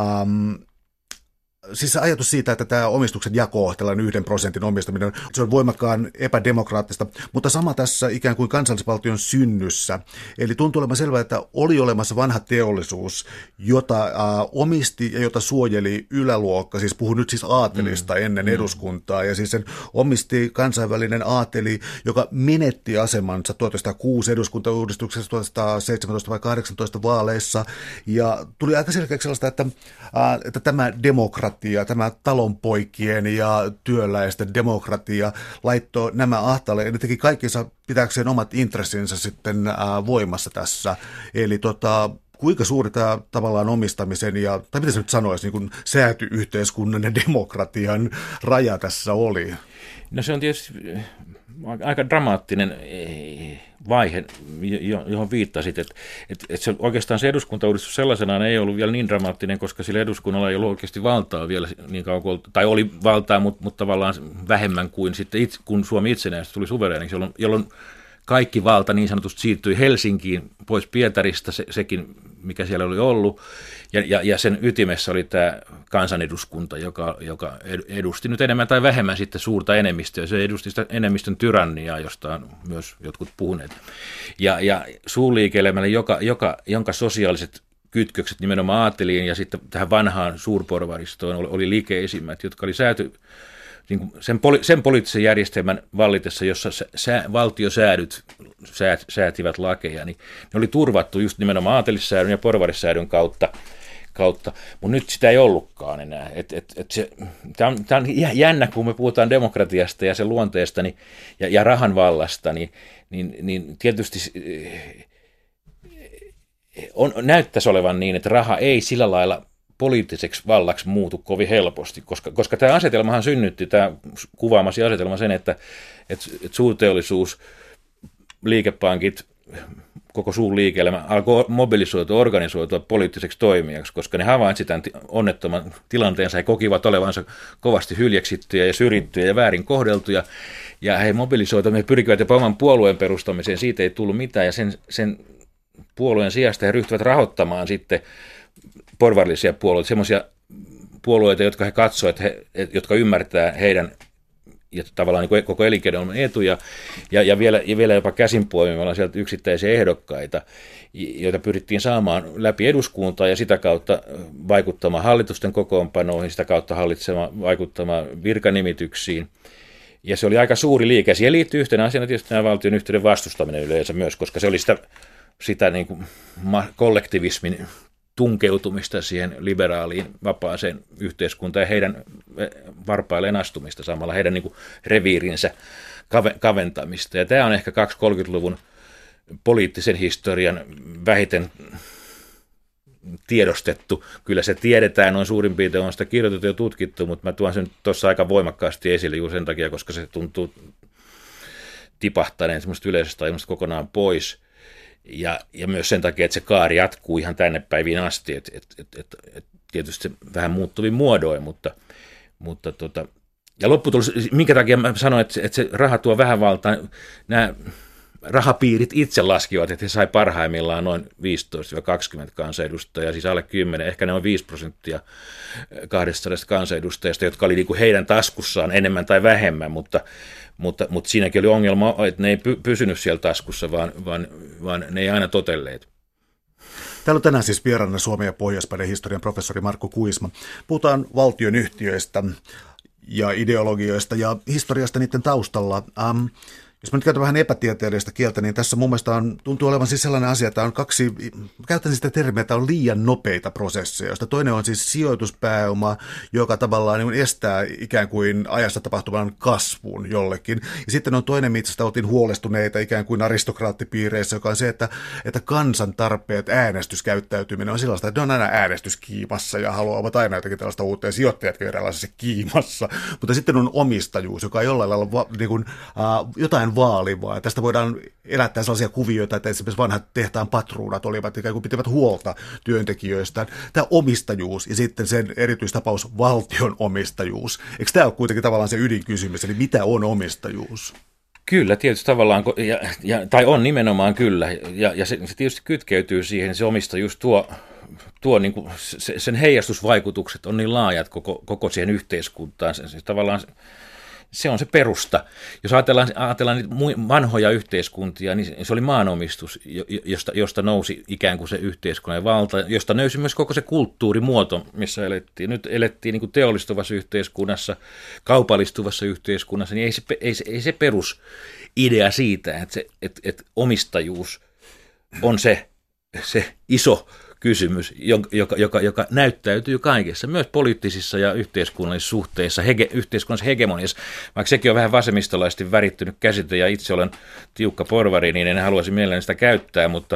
siis se ajatus siitä, että tämä omistuksen jako, tällainen 1% omistaminen, se on voimakkaan epädemokraattista, mutta sama tässä ikään kuin kansallisvaltion synnyssä. Eli tuntuu olevan selvää, että oli olemassa vanha teollisuus, jota omisti ja jota suojeli yläluokka, siis puhun nyt siis aatelista ennen eduskuntaa, ja siis sen omisti kansainvälinen aateli, joka menetti asemansa 1906 eduskuntauudistuksessa, 1917 vai 18 vaaleissa, ja tuli aika selkeäksi sellaista, että tämä demokratia, tämä talonpoikien ja työläisten demokratia laittoi nämä ahtaalle, ja ne teki kaikkinsa pitääkseen omat intressinsä sitten voimassa tässä. Eli kuinka suuri tämä tavallaan omistamisen ja, tai mitä se nyt sanoisi, niin kuin sääty-yhteiskunnan ja demokratian raja tässä oli? No se on tietysti aika dramaattinen vaihe, johon viittasit, että se, oikeastaan se eduskuntauudistus sellaisenaan ei ollut vielä niin dramaattinen, koska sillä eduskunnalla ei ollut oikeasti valtaa vielä niin kauan, tai oli valtaa, mutta tavallaan vähemmän kuin sitten, kun Suomi itsenäisesti tuli suvereeniksi, jolloin kaikki valta niin sanotusti siirtyi Helsinkiin pois Pietarista, sekin mikä siellä oli ollut, ja sen ytimessä oli tämä kansaneduskunta, joka edusti nyt enemmän tai vähemmän sitten suurta enemmistöä. Se edusti sitä enemmistön tyranniaa, josta on myös jotkut puhuneet. Ja suurliike-elämälle, jonka sosiaaliset kytkökset nimenomaan ajatteliin ja sitten tähän vanhaan suurporvaristoon oli liikeisimmät, jotka oli sääty niin kuin sen poliittisen järjestelmän vallitessa, jossa valtiosäädyt säätivät lakeja, niin ne oli turvattu just nimenomaan aatelissäädyn ja porvarissäädyn kautta, mutta nyt sitä ei ollutkaan enää. Tämä on jännä, kun me puhutaan demokratiasta ja sen luonteesta ja rahan vallasta, niin tietysti näyttäisi olevan niin, että raha ei sillä lailla poliittiseksi vallaksi muutu kovin helposti, koska tämä asetelmahan synnytti, tämä kuvaamasi asetelma sen, että suurteollisuus, liikepankit, koko suurliike-elämä alkoi mobilisoitua, organisoitua poliittiseksi toimijaksi, koska ne havaitsivat tämän onnettoman tilanteensa ja kokivat olevansa kovasti hyljeksittyjä ja syrjittyjä ja väärin kohdeltuja, ja he mobilisoituivat, he pyrkivät jopa oman puolueen perustamiseen, siitä ei tullut mitään, ja sen puolueen sijasta he ryhtyvät rahoittamaan sitten porvarillisia puolueita, semmoisia puolueita, jotka he katsovat, jotka ymmärtää heidän ja tavallaan niin koko elinkeinoelämän etuja, ja vielä jopa käsinpuolella sieltä yksittäisiä ehdokkaita, joita pyrittiin saamaan läpi eduskuntaa ja sitä kautta vaikuttamaan hallitusten kokoonpanoihin, sitä kautta vaikuttamaan virkanimityksiin. Ja se oli aika suuri liike. Siihen liittyy yhtenä asiana tietysti nämä valtion yhteyden vastustaminen yleensä myös, koska se oli sitä niin kuin kollektivismin tunkeutumista siihen liberaaliin vapaaseen yhteiskuntaan ja heidän varpailleen astumista samalla, heidän niin kuin reviirinsä kaventamista. Ja tämä on ehkä 20-30-luvun poliittisen historian vähiten tiedostettu. Kyllä se tiedetään, noin suurin piirtein on sitä kirjoitettu ja tutkittu, mutta mä tuon sen tuossa aika voimakkaasti esille juuri sen takia, koska se tuntuu tipahtaneen semmoista yleisestä ilmasta kokonaan pois. Ja myös sen takia, että se kaari jatkuu ihan tänne päiviin asti, että tietysti se vähän muuttuvin muodoin, mutta ja lopputulos, minkä takia mä sanoin, että se raha tuo vähän valtaa, nämä rahapiirit itse laskivat, että he sai parhaimmillaan noin 15-20 kansanedustajaa, siis alle 10, ehkä ne on 5% 200 kansanedustajasta, jotka oli niin kuin heidän taskussaan enemmän tai vähemmän, mutta siinäkin oli ongelma, että ne ei pysynyt siellä taskussa, vaan ne ei aina totelleet. Täällä on tänään siis vieraana Suomen ja Pohjoismaiden historian professori Markku Kuisma. Puhutaan valtionyhtiöistä ja ideologioista ja historiasta niiden taustalla. Jos mä nyt käytän vähän epätieteellistä kieltä, niin tässä mun mielestä tuntuu olevan siis sellainen asia, että on kaksi, käytän sitä termiä, että on liian nopeita prosesseja, josta toinen on siis sijoituspääoma, joka tavallaan niin estää ikään kuin ajassa tapahtuvan kasvun jollekin. Ja sitten on toinen, mistä oltiin huolestuneita ikään kuin aristokraattipiireissä, joka on se, että kansan tarpeet, äänestyskäyttäytyminen on sellaista, että ne on aina äänestyskiimassa ja haluavat aina jotakin tällaista uutta, ja sijoittajatkin eräänlaisessa kiimassa. Mutta sitten on omistajuus, joka on jollain lailla niin kuin, jotain vaalivaa. Tästä voidaan elättää sellaisia kuvioita, että esimerkiksi vanhat tehtaan patruunat olivat ikään kuin pitävät huolta työntekijöistään. Tämä omistajuus ja sitten sen erityistapaus valtion omistajuus. Eikö tämä ole kuitenkin tavallaan se ydinkysymys, eli mitä on omistajuus? Kyllä, tietysti tavallaan, tai on nimenomaan kyllä, ja se tietysti kytkeytyy siihen, se omistajuus tuo niin kuin sen heijastusvaikutukset on niin laajat koko siihen yhteiskuntaan, se tavallaan se on se perusta. Jos ajatellaan niitä vanhoja yhteiskuntia, niin se oli maanomistus, josta nousi ikään kuin se yhteiskunnan valta, josta nousi myös koko se kulttuurimuoto, missä elettiin. Nyt elettiin niin kuin teollistuvassa yhteiskunnassa, kaupallistuvassa yhteiskunnassa, niin ei se perusidea siitä, että omistajuus on se iso kysymys, joka näyttäytyy kaikessa, myös poliittisissa ja yhteiskunnallisissa suhteissa, yhteiskunnallisessa hegemoniassa. Vaikka sekin on vähän vasemmistolaisesti värittynyt käsite ja itse olen tiukka porvari, niin en haluaisi mielelläni sitä käyttää, mutta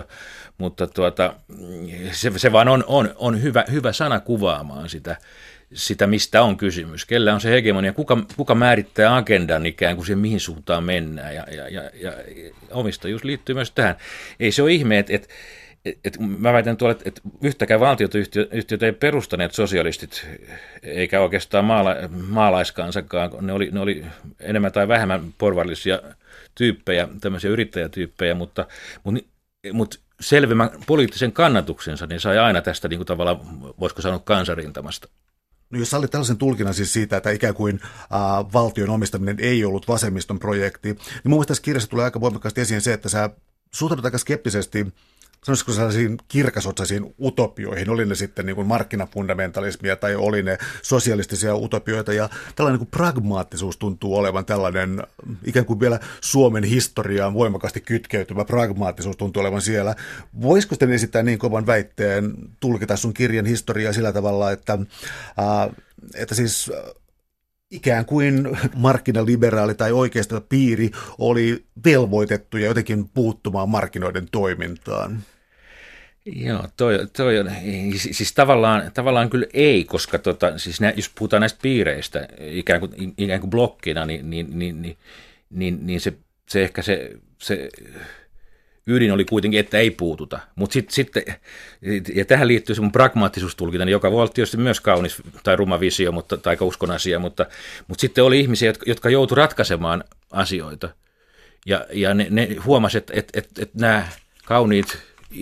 se vaan on hyvä sana kuvaamaan sitä, mistä on kysymys. Kellä on se hegemonia, kuka määrittää agendan ikään kuin siihen, mihin suuntaan mennään. Ja omistajuus liittyy myös tähän. Ei se ole ihme, mä väitän tuolla, että yhtäkään valtioyhtiötä ei perustaneet sosialistit, eikä oikeastaan maalaiskansakaan. Ne oli enemmän tai vähemmän porvarillisia tyyppejä, tämmöisiä yrittäjätyyppejä, mutta selvemmän poliittisen kannatuksensa niin sai aina tästä niin kuin tavallaan, voisiko sanoa, kansanrintamasta. No jos sallit tällaisen tulkinnan siis siitä, että ikään kuin valtion omistaminen ei ollut vasemmiston projekti, niin mun mielestä tässä kirjassa tulee aika voimakkaasti esiin se, että sä suhtaudut aika skeptisesti, sanoisiko sellaisiin kirkasotsaisiin utopioihin, oli ne sitten niin kuin markkinafundamentalismia tai oli ne sosialistisia utopioita, ja tällainen niin kuin pragmaattisuus tuntuu olevan tällainen ikään kuin vielä Suomen historiaan voimakkaasti kytkeytyvä pragmaattisuus tuntuu olevan siellä. Voisiko sitten esittää niin kovan väitteen, tulkita sun kirjan historiaa sillä tavalla, että siis ikään kuin markkinaliberaali tai oikeisto piiri oli velvoitettu ja jotenkin puuttumaan markkinoiden toimintaan? Joo, toi on, siis tavallaan kyllä ei, koska siis jos puhutaan näistä piireistä ikään kuin blokkina, niin se ehkä se ydin oli kuitenkin, että ei puututa. Mutta sitten, ja tähän liittyy semmoinen pragmaattisuustulkinta, joka voi olla tietysti myös kaunis tai ruma visio, tai aika uskon asia, mutta sitten oli ihmisiä, jotka joutuivat ratkaisemaan asioita. Ja ne huomasivat, että nämä kauniit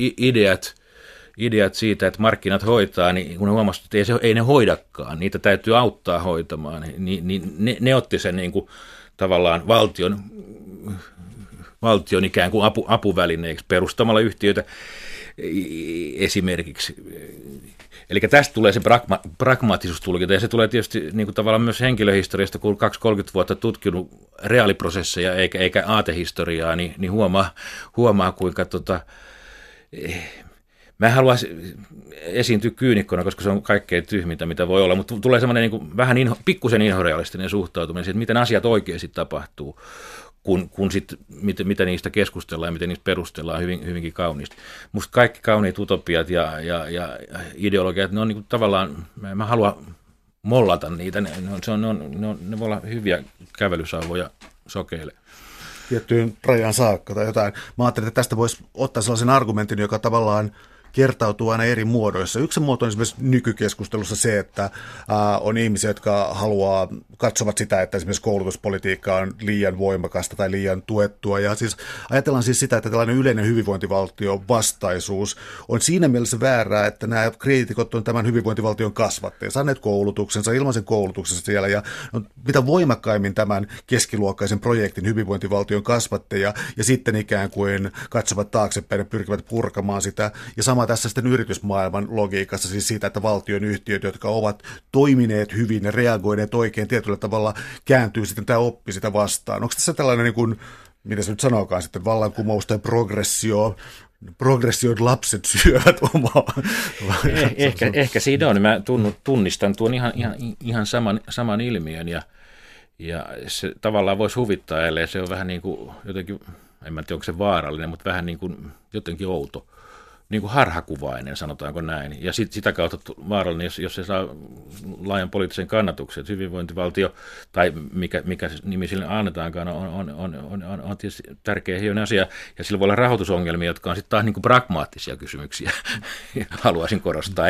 ideat siitä, että markkinat hoitaa, niin kun ne huomasivat, että ei ne hoidakaan, niitä täytyy auttaa hoitamaan, niin ne otti sen niin kuin tavallaan valtion ikään kuin apuvälineeksi perustamalla yhtiöitä esimerkiksi. Eli tästä tulee se pragmaattisuustulkinta, ja se tulee tietysti niin kuin tavallaan myös henkilöhistoriasta, kun 20-30 vuotta tutkinut reaaliprosesseja eikä aatehistoriaa, niin huomaa kuinka mä en halua esiintyä kyynikkona, koska se on kaikkein tyhmintä, mitä voi olla, mutta tulee semmoinen niin kuin vähän pikkusen inhorealistinen suhtautuminen siihen, että miten asiat oikeasti tapahtuu, kun sitten mitä niistä keskustellaan ja miten niistä perustellaan hyvinkin kauniisti. Musta kaikki kauniit utopiat ja ideologiat, ne on niin kuin tavallaan, mä haluan mollata niitä, ne voi olla hyviä kävelysauvoja sokeille. Tiettyyn rajaan saakka tai jotain. Mä ajattelin, että tästä voisi ottaa sellaisen argumentin, joka tavallaan kertautuu aina eri muodoissa. Yksi muoto on esimerkiksi nykykeskustelussa se, että on ihmisiä, jotka katsovat sitä, että esimerkiksi koulutuspolitiikka on liian voimakasta tai liian tuettua. Ja siis ajatellaan siis sitä, että tällainen yleinen hyvinvointivaltion vastaisuus on siinä mielessä väärää, että nämä kriitikot on tämän hyvinvointivaltion kasvattajia, saaneet koulutuksensa, ilmaisen koulutuksensa siellä, ja on mitä voimakkaimmin tämän keskiluokkaisen projektin hyvinvointivaltion kasvattajia, ja sitten ikään kuin katsovat taaksepäin ja pyrkivät purkamaan sitä. Ja sama tässä sitten yritysmaailman logiikassa, siis siitä, että valtion yhtiöt, jotka ovat toimineet hyvin ja reagoineet oikein tietyllä tavalla, kääntyy sitten tämä oppi sitä vastaan. Onko tässä tällainen niin kuin Mitä se nyt sanookaan sitten, vallankumous tai progression lapset syövät omaa. Ehkä siinä on. Mä tunnistan tuon ihan saman ilmiön ja se tavallaan voisi huvittaa, ellei se on vähän niin kuin jotenkin, en mä tiedä onko se vaarallinen, mutta vähän niin kuin jotenkin outo. Niin kuin harhakuvainen, sanotaanko näin, ja sitä kautta vaarallinen, jos se saa laajan poliittisen kannatuksen, että hyvinvointivaltio, tai mikä nimi sille annetaankaan, on tietysti tärkeä hieno asia, ja sillä voi olla rahoitusongelmia, jotka on sitten taas niin kuin pragmaattisia kysymyksiä, haluaisin korostaa,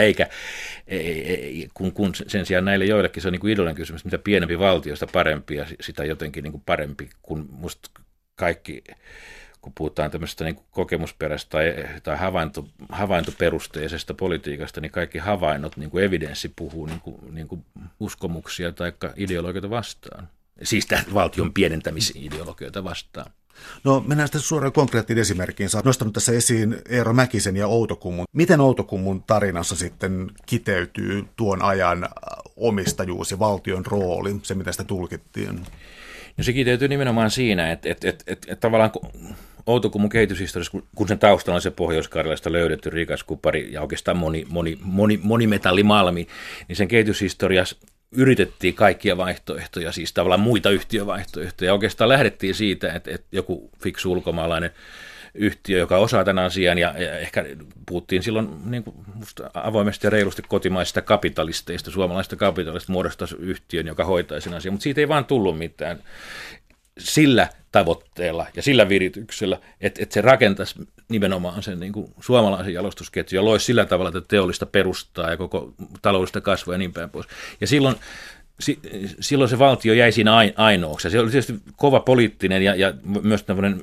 kun sen sijaan näille joillekin se on niin kuin ideologinen kysymys, mitä pienempi valtio, sitä parempi, ja sitä jotenkin niin kuin parempi, kun musta kaikki, kun puhutaan tämmöisestä niin kuin kokemusperäistä tai havaintoperusteisesta politiikasta, niin kaikki havainnot, niin kuin evidenssi puhuu niin kuin uskomuksia tai ideologioita vastaan. Siis valtion pienentämisideologioita vastaan. No mennään sitten suoraan konkreettiin esimerkkiin. Sä oot nostanut tässä esiin Eero Mäkisen ja Outokummun. Miten Outokummun tarinassa sitten kiteytyy tuon ajan omistajuus ja valtion rooli, se mitä sitä tulkittiin? No se kiteytyy nimenomaan siinä, että tavallaan Outokummun kehityshistoriassa, kun sen taustalla on se Pohjois-Karjalasta löydetty rikas kupari ja oikeastaan monimetallimalmi, niin sen kehityshistoriassa yritettiin kaikkia vaihtoehtoja, siis tavallaan muita yhtiövaihtoehtoja. Oikeastaan lähdettiin siitä, että joku fiksu ulkomaalainen yhtiö, joka osaa tämän asian, ja ehkä puhuttiin silloin niin kuin musta avoimesti ja reilusti kotimaisista kapitalisteista, suomalaisista kapitalisteista muodostaisi yhtiön, joka hoitaisi sen asian, mutta siitä ei vaan tullut mitään sillä tavoitteella ja sillä virityksellä, että se rakentaisi nimenomaan sen niin kuin suomalaisen jalostusketjun ja loisi sillä tavalla, että teollista perustaa ja koko taloudellista kasvua ja niin päin pois. Ja silloin se valtio jäi siinä ainoaksi. Se oli tietysti kova poliittinen ja myös tämmöinen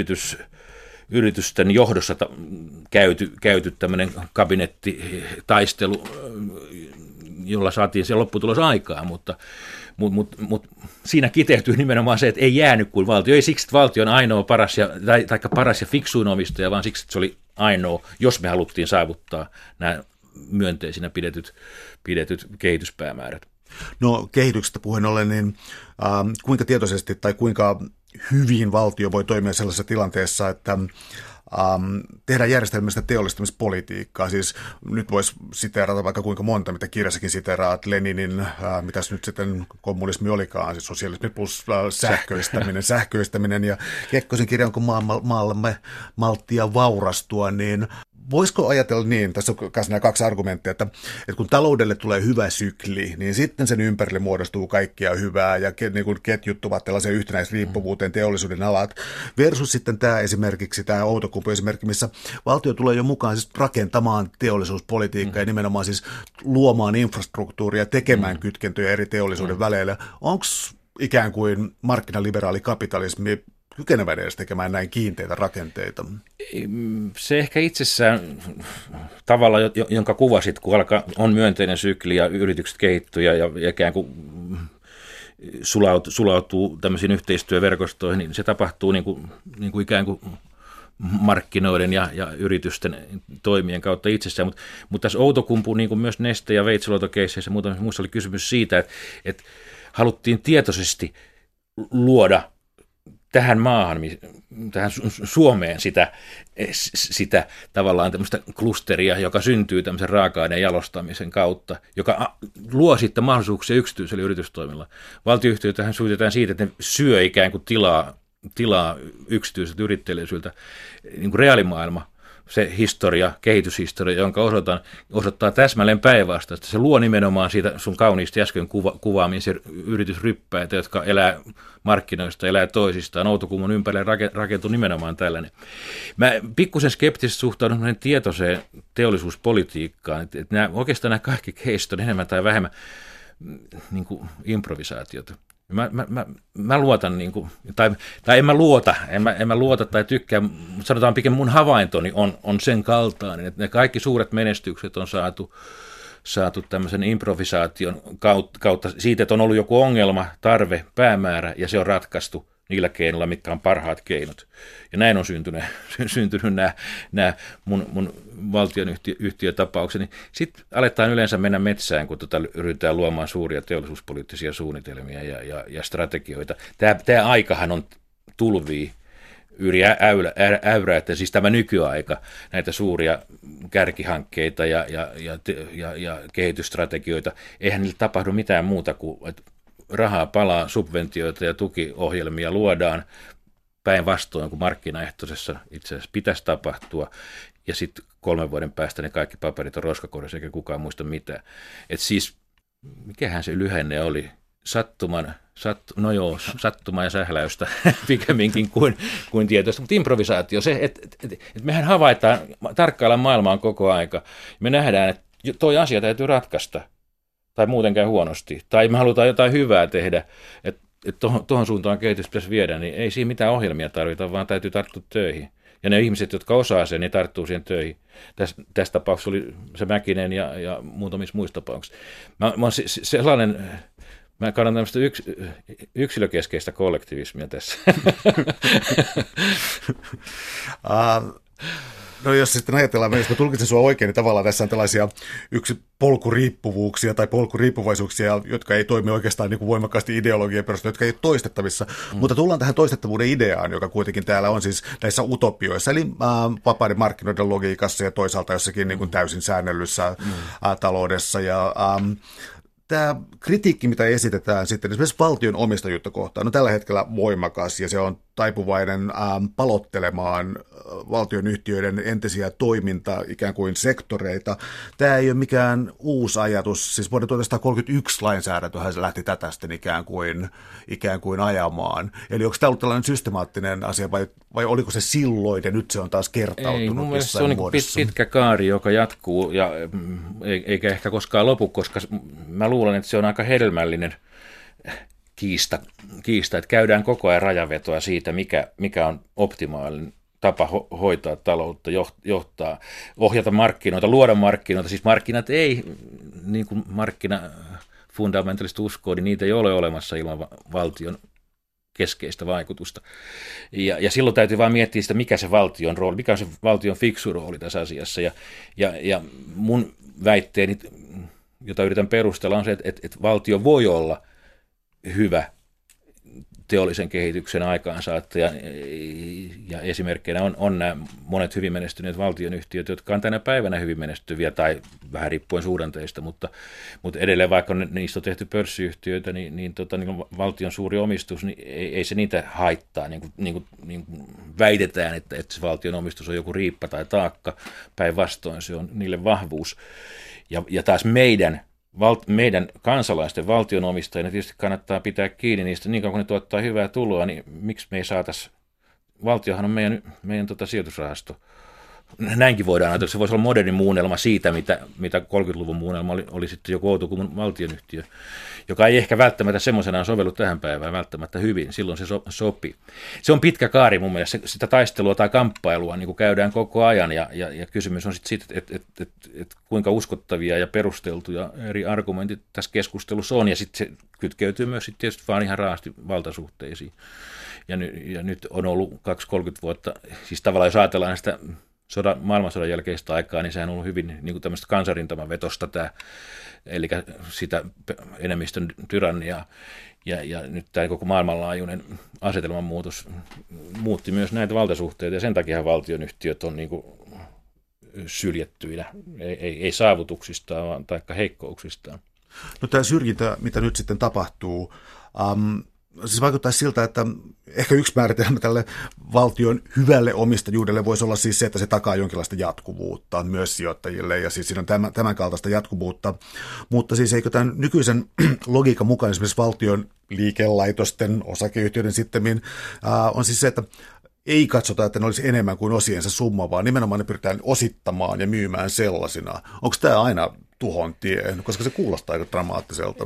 yritysten johdossa käyty tämmöinen kabinettitaistelu, jolla saatiin se lopputulos aikaan, mutta siinä kiteytyy nimenomaan se, että ei jäänyt kuin valtio. Ei siksi, että valtio on ainoa paras ja fiksuin omistaja, vaan siksi, että se oli ainoa, jos me haluttiin saavuttaa nämä myönteisinä pidetyt kehityspäämäärät. No kehityksestä puheen ollen, niin kuinka tietoisesti tai kuinka hyvin valtio voi toimia sellaisessa tilanteessa, että tehdään järjestelmällistä teollistamispolitiikkaa. Siis nyt voisi siteerata vaikka kuinka monta, mitä kirjassakin siteeraat, Leninin, mitäs nyt sitten kommunismi olikaan, siis sosialismi plus sähköistäminen ja Kekkosen kirja Onko maallamme malttia vaurastua, niin voisiko ajatella niin, tässä on myös nämä kaksi argumenttia, että kun taloudelle tulee hyvä sykli, niin sitten sen ympärille muodostuu kaikkia hyvää ja niin kuin ketjuttuvat tällaiseen yhtenäisriippuvuuteen teollisuuden alat, versus sitten esimerkiksi tämä Outokumpu esimerkki, missä valtio tulee jo mukaan siis rakentamaan teollisuuspolitiikkaa ja nimenomaan siis luomaan infrastruktuuria, tekemään kytkentöjä eri teollisuuden väleillä. Onko ikään kuin markkinaliberaali kapitalismi kykenevän edes tekemään näin kiinteitä rakenteita? Se ehkä itsessään tavalla, jonka kuvasit, kun on myönteinen sykli ja yritykset kehittyy ja ikään kuin sulautuu tämmöisiin yhteistyöverkostoihin, niin se tapahtuu niin kuin ikään kuin markkinoiden ja yritysten toimien kautta itsessään. Mutta tässä Outokumpu, niin kuin myös Neste ja Veitsiluoto-keisseissä ja muutamissa muissa oli kysymys siitä, että haluttiin tietoisesti luoda tähän maahan, tähän Suomeen sitä tavallaan tämmöistä klusteria, joka syntyy tämmöisen raaka-aineen jalostamisen kautta, joka luo sitten mahdollisuuksia yksityiselle yritystoimilla. Valtioyhtiöitähän syytetään siitä, että ne syö ikään kuin tilaa yksityiseltä yrittäjällisyydeltä, niin kuin reaalimaailma, se historia, kehityshistoria, jonka osoittaa täsmälleen päinvastaista. Se luo nimenomaan siitä sun kauniisti äsken kuvaamisen yritysryppäitä, jotka elää markkinoista, elää toisistaan. Outokummun ympärille rakentuu nimenomaan tällainen. Mä pikkusen skeptisesti suhtaudun tietoiseen teollisuuspolitiikkaan, että oikeastaan nämä kaikki keistot on enemmän tai vähemmän niin kuin improvisaatiota. Mä luotan, niin kuin, tai en mä luota tai tykkää, mutta sanotaan pikemmin mun havaintoni on sen kaltainen, että ne kaikki suuret menestykset on saatu tämmöisen improvisaation kautta siitä, että on ollut joku ongelma, tarve, päämäärä ja se on ratkaistu niillä keinoilla, mitkä on parhaat keinot. Ja näin on syntynyt nämä mun valtionyhtiötapaukseni. Sitten aletaan yleensä mennä metsään, kun yritetään luomaan suuria teollisuuspoliittisia suunnitelmia ja strategioita. Tämä aikahan on tulvii äyräitä, siis tämä nykyaika, näitä suuria kärkihankkeita ja kehitysstrategioita, eihän niillä tapahdu mitään muuta kuin, että rahaa palaa, subventioita ja tukiohjelmia luodaan päinvastoin kuin markkinaehtoisessa itse asiassa pitäisi tapahtua, ja sitten 3 vuoden päästä ne kaikki paperit on roskakorissa eikä kukaan muista mitään. Että siis, mikähän se lyhenne oli? Sattuma ja sähläystä pikemminkin kuin tietoista, mutta improvisaatio, se, että mehän havaitaan, tarkkaillaan maailmaa koko aika, me nähdään, että toi asia täytyy ratkaista, tai muuten käy huonosti, tai me halutaan jotain hyvää tehdä, että tuohon suuntaan kehitys pitäisi viedä, niin ei siinä mitään ohjelmia tarvita, vaan täytyy tarttua töihin. Ja ne ihmiset, jotka osaa sen, niin tarttuu siihen töihin. Tässä tapauksessa oli se Mäkinen ja muutamissa muissa tapauksissa. Mä kannatan tämmöistä yksilökeskeistä kollektivismia tässä. No jos sitten ajatellaan, jos mä tulkitsen sua oikein, niin tavallaan tässä on tällaisia polkuriippuvuuksia tai polkuriippuvaisuuksia, jotka ei toimi oikeastaan niin kuin voimakkaasti ideologian perusteella, jotka ei ole toistettavissa. Mutta tullaan tähän toistettavuuden ideaan, joka kuitenkin täällä on siis näissä utopioissa, eli vapaiden markkinoiden logiikassa ja toisaalta jossakin niin kuin täysin säännellyssä taloudessa. Ja tämä kritiikki, mitä esitetään sitten esimerkiksi valtion omistajuutta kohtaan, on tällä hetkellä voimakas ja se on taipuvainen palottelemaan valtionyhtiöiden entisiä toimintaa ikään kuin sektoreita. Tämä ei ole mikään uusi ajatus, siis vuoden 1931 lainsäädäntöhän se lähti tätä sitten ikään kuin ajamaan. Eli onko tämä ollut tällainen systemaattinen asia vai oliko se silloin ja nyt se on taas kertautunut? Ei, mun mielestä se on muodossa? Pitkä kaari, joka jatkuu ja eikä ehkä koskaan lopu, koska mä luulen, että se on aika hedelmällinen kiista, että käydään koko ajan rajavetoa siitä, mikä on optimaalinen tapa hoitaa taloutta, ohjata markkinoita, luoda markkinoita. Siis markkinat ei, niin kuin markkinafundamentalista uskoo, niin niitä ei ole olemassa ilman valtion keskeistä vaikutusta. Ja silloin täytyy vain miettiä sitä, mikä se valtion rooli, mikä on se valtion fiksu rooli tässä asiassa. Ja mun väitteeni, jota yritän perustella, on se, että valtio voi olla hyvä teollisen kehityksen aikaansaattaja, ja esimerkkeinä on nämä monet hyvin menestyneet valtionyhtiöt, jotka on tänä päivänä hyvin menestyviä, tai vähän riippuen suhdanteista, mutta edelleen vaikka niistä on tehty pörssiyhtiöitä, niin valtion suuri omistus, niin ei se niitä haittaa, niin kuin väitetään, että se valtion omistus on joku riippa tai taakka, päinvastoin se on niille vahvuus. Ja taas meidän kansalaisten valtionomistajina tietysti kannattaa pitää kiinni niistä niin kauan kun ne tuottaa hyvää tuloa, niin miksi me ei saataisi, valtiohan on meidän sijoitusrahasto. Näinkin voidaan ajatella, se voisi olla moderni muunnelma siitä, mitä 30-luvun muunnelma oli sitten joku Outokummun valtionyhtiö, joka ei ehkä välttämättä semmoisenaan sovellu tähän päivään välttämättä hyvin, silloin se sopii. Se on pitkä kaari mun mielestä, sitä taistelua tai kamppailua niin kuin käydään koko ajan, ja kysymys on sitten siitä, että kuinka uskottavia ja perusteltuja eri argumentit tässä keskustelussa on, ja sitten se kytkeytyy myös sitten tietysti vaan ihan raasti valtasuhteisiin. Ja nyt on ollut 20-30 vuotta, siis tavallaan jos ajatellaan sitä maailmansodan jälkeistä aikaa, niin sehän on ollut hyvin niin kuin tämmöistä kansanrintamavetosta tämä, eli sitä enemmistön tyranniaa, ja nyt tämä koko maailmanlaajuinen asetelman muutos muutti myös näitä valtasuhteita, ja sen takia valtionyhtiöt on niin kuin syljettyinä, ei saavutuksistaan, vaan taikka heikkouksistaan. No tämä syrjintä, mitä nyt sitten tapahtuu, siis vaikuttaa siltä, että ehkä yksi määritelmä tälle valtion hyvälle omistajuudelle voisi olla siis se, että se takaa jonkinlaista jatkuvuutta myös sijoittajille, ja siis siinä on tämän kaltaista jatkuvuutta. Mutta siis eikö tämän nykyisen logiikan mukaan esimerkiksi valtion liikelaitosten, osakeyhtiöiden sittemmin on siis se, että ei katsota, että ne olisi enemmän kuin osiensa summa, vaan nimenomaan ne pyritään osittamaan ja myymään sellaisina. Onko tämä aina tuhon tie, koska se kuulostaa aika dramaattiselta?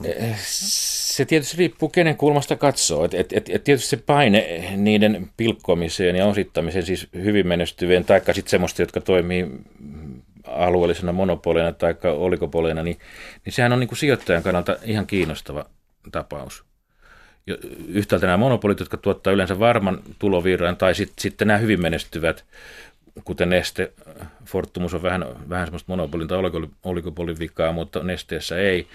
Se tietysti riippuu, kenen kulmasta katsoo. Tietysti se paine niiden pilkkomiseen ja osittamiseen, siis hyvin menestyvien, taikka sitten semmoista, jotka toimii alueellisena monopoleina tai oligopoleina, niin sehän on niin kuin sijoittajan kannalta ihan kiinnostava tapaus. Yhtäältä nämä monopolit, jotka tuottaa yleensä varman tulovirran, tai sitten nämä hyvin menestyvät, kuten Neste, Fortumus on vähän semmoista monopolin tai oligopolin vikaa, mutta Nesteessä ei.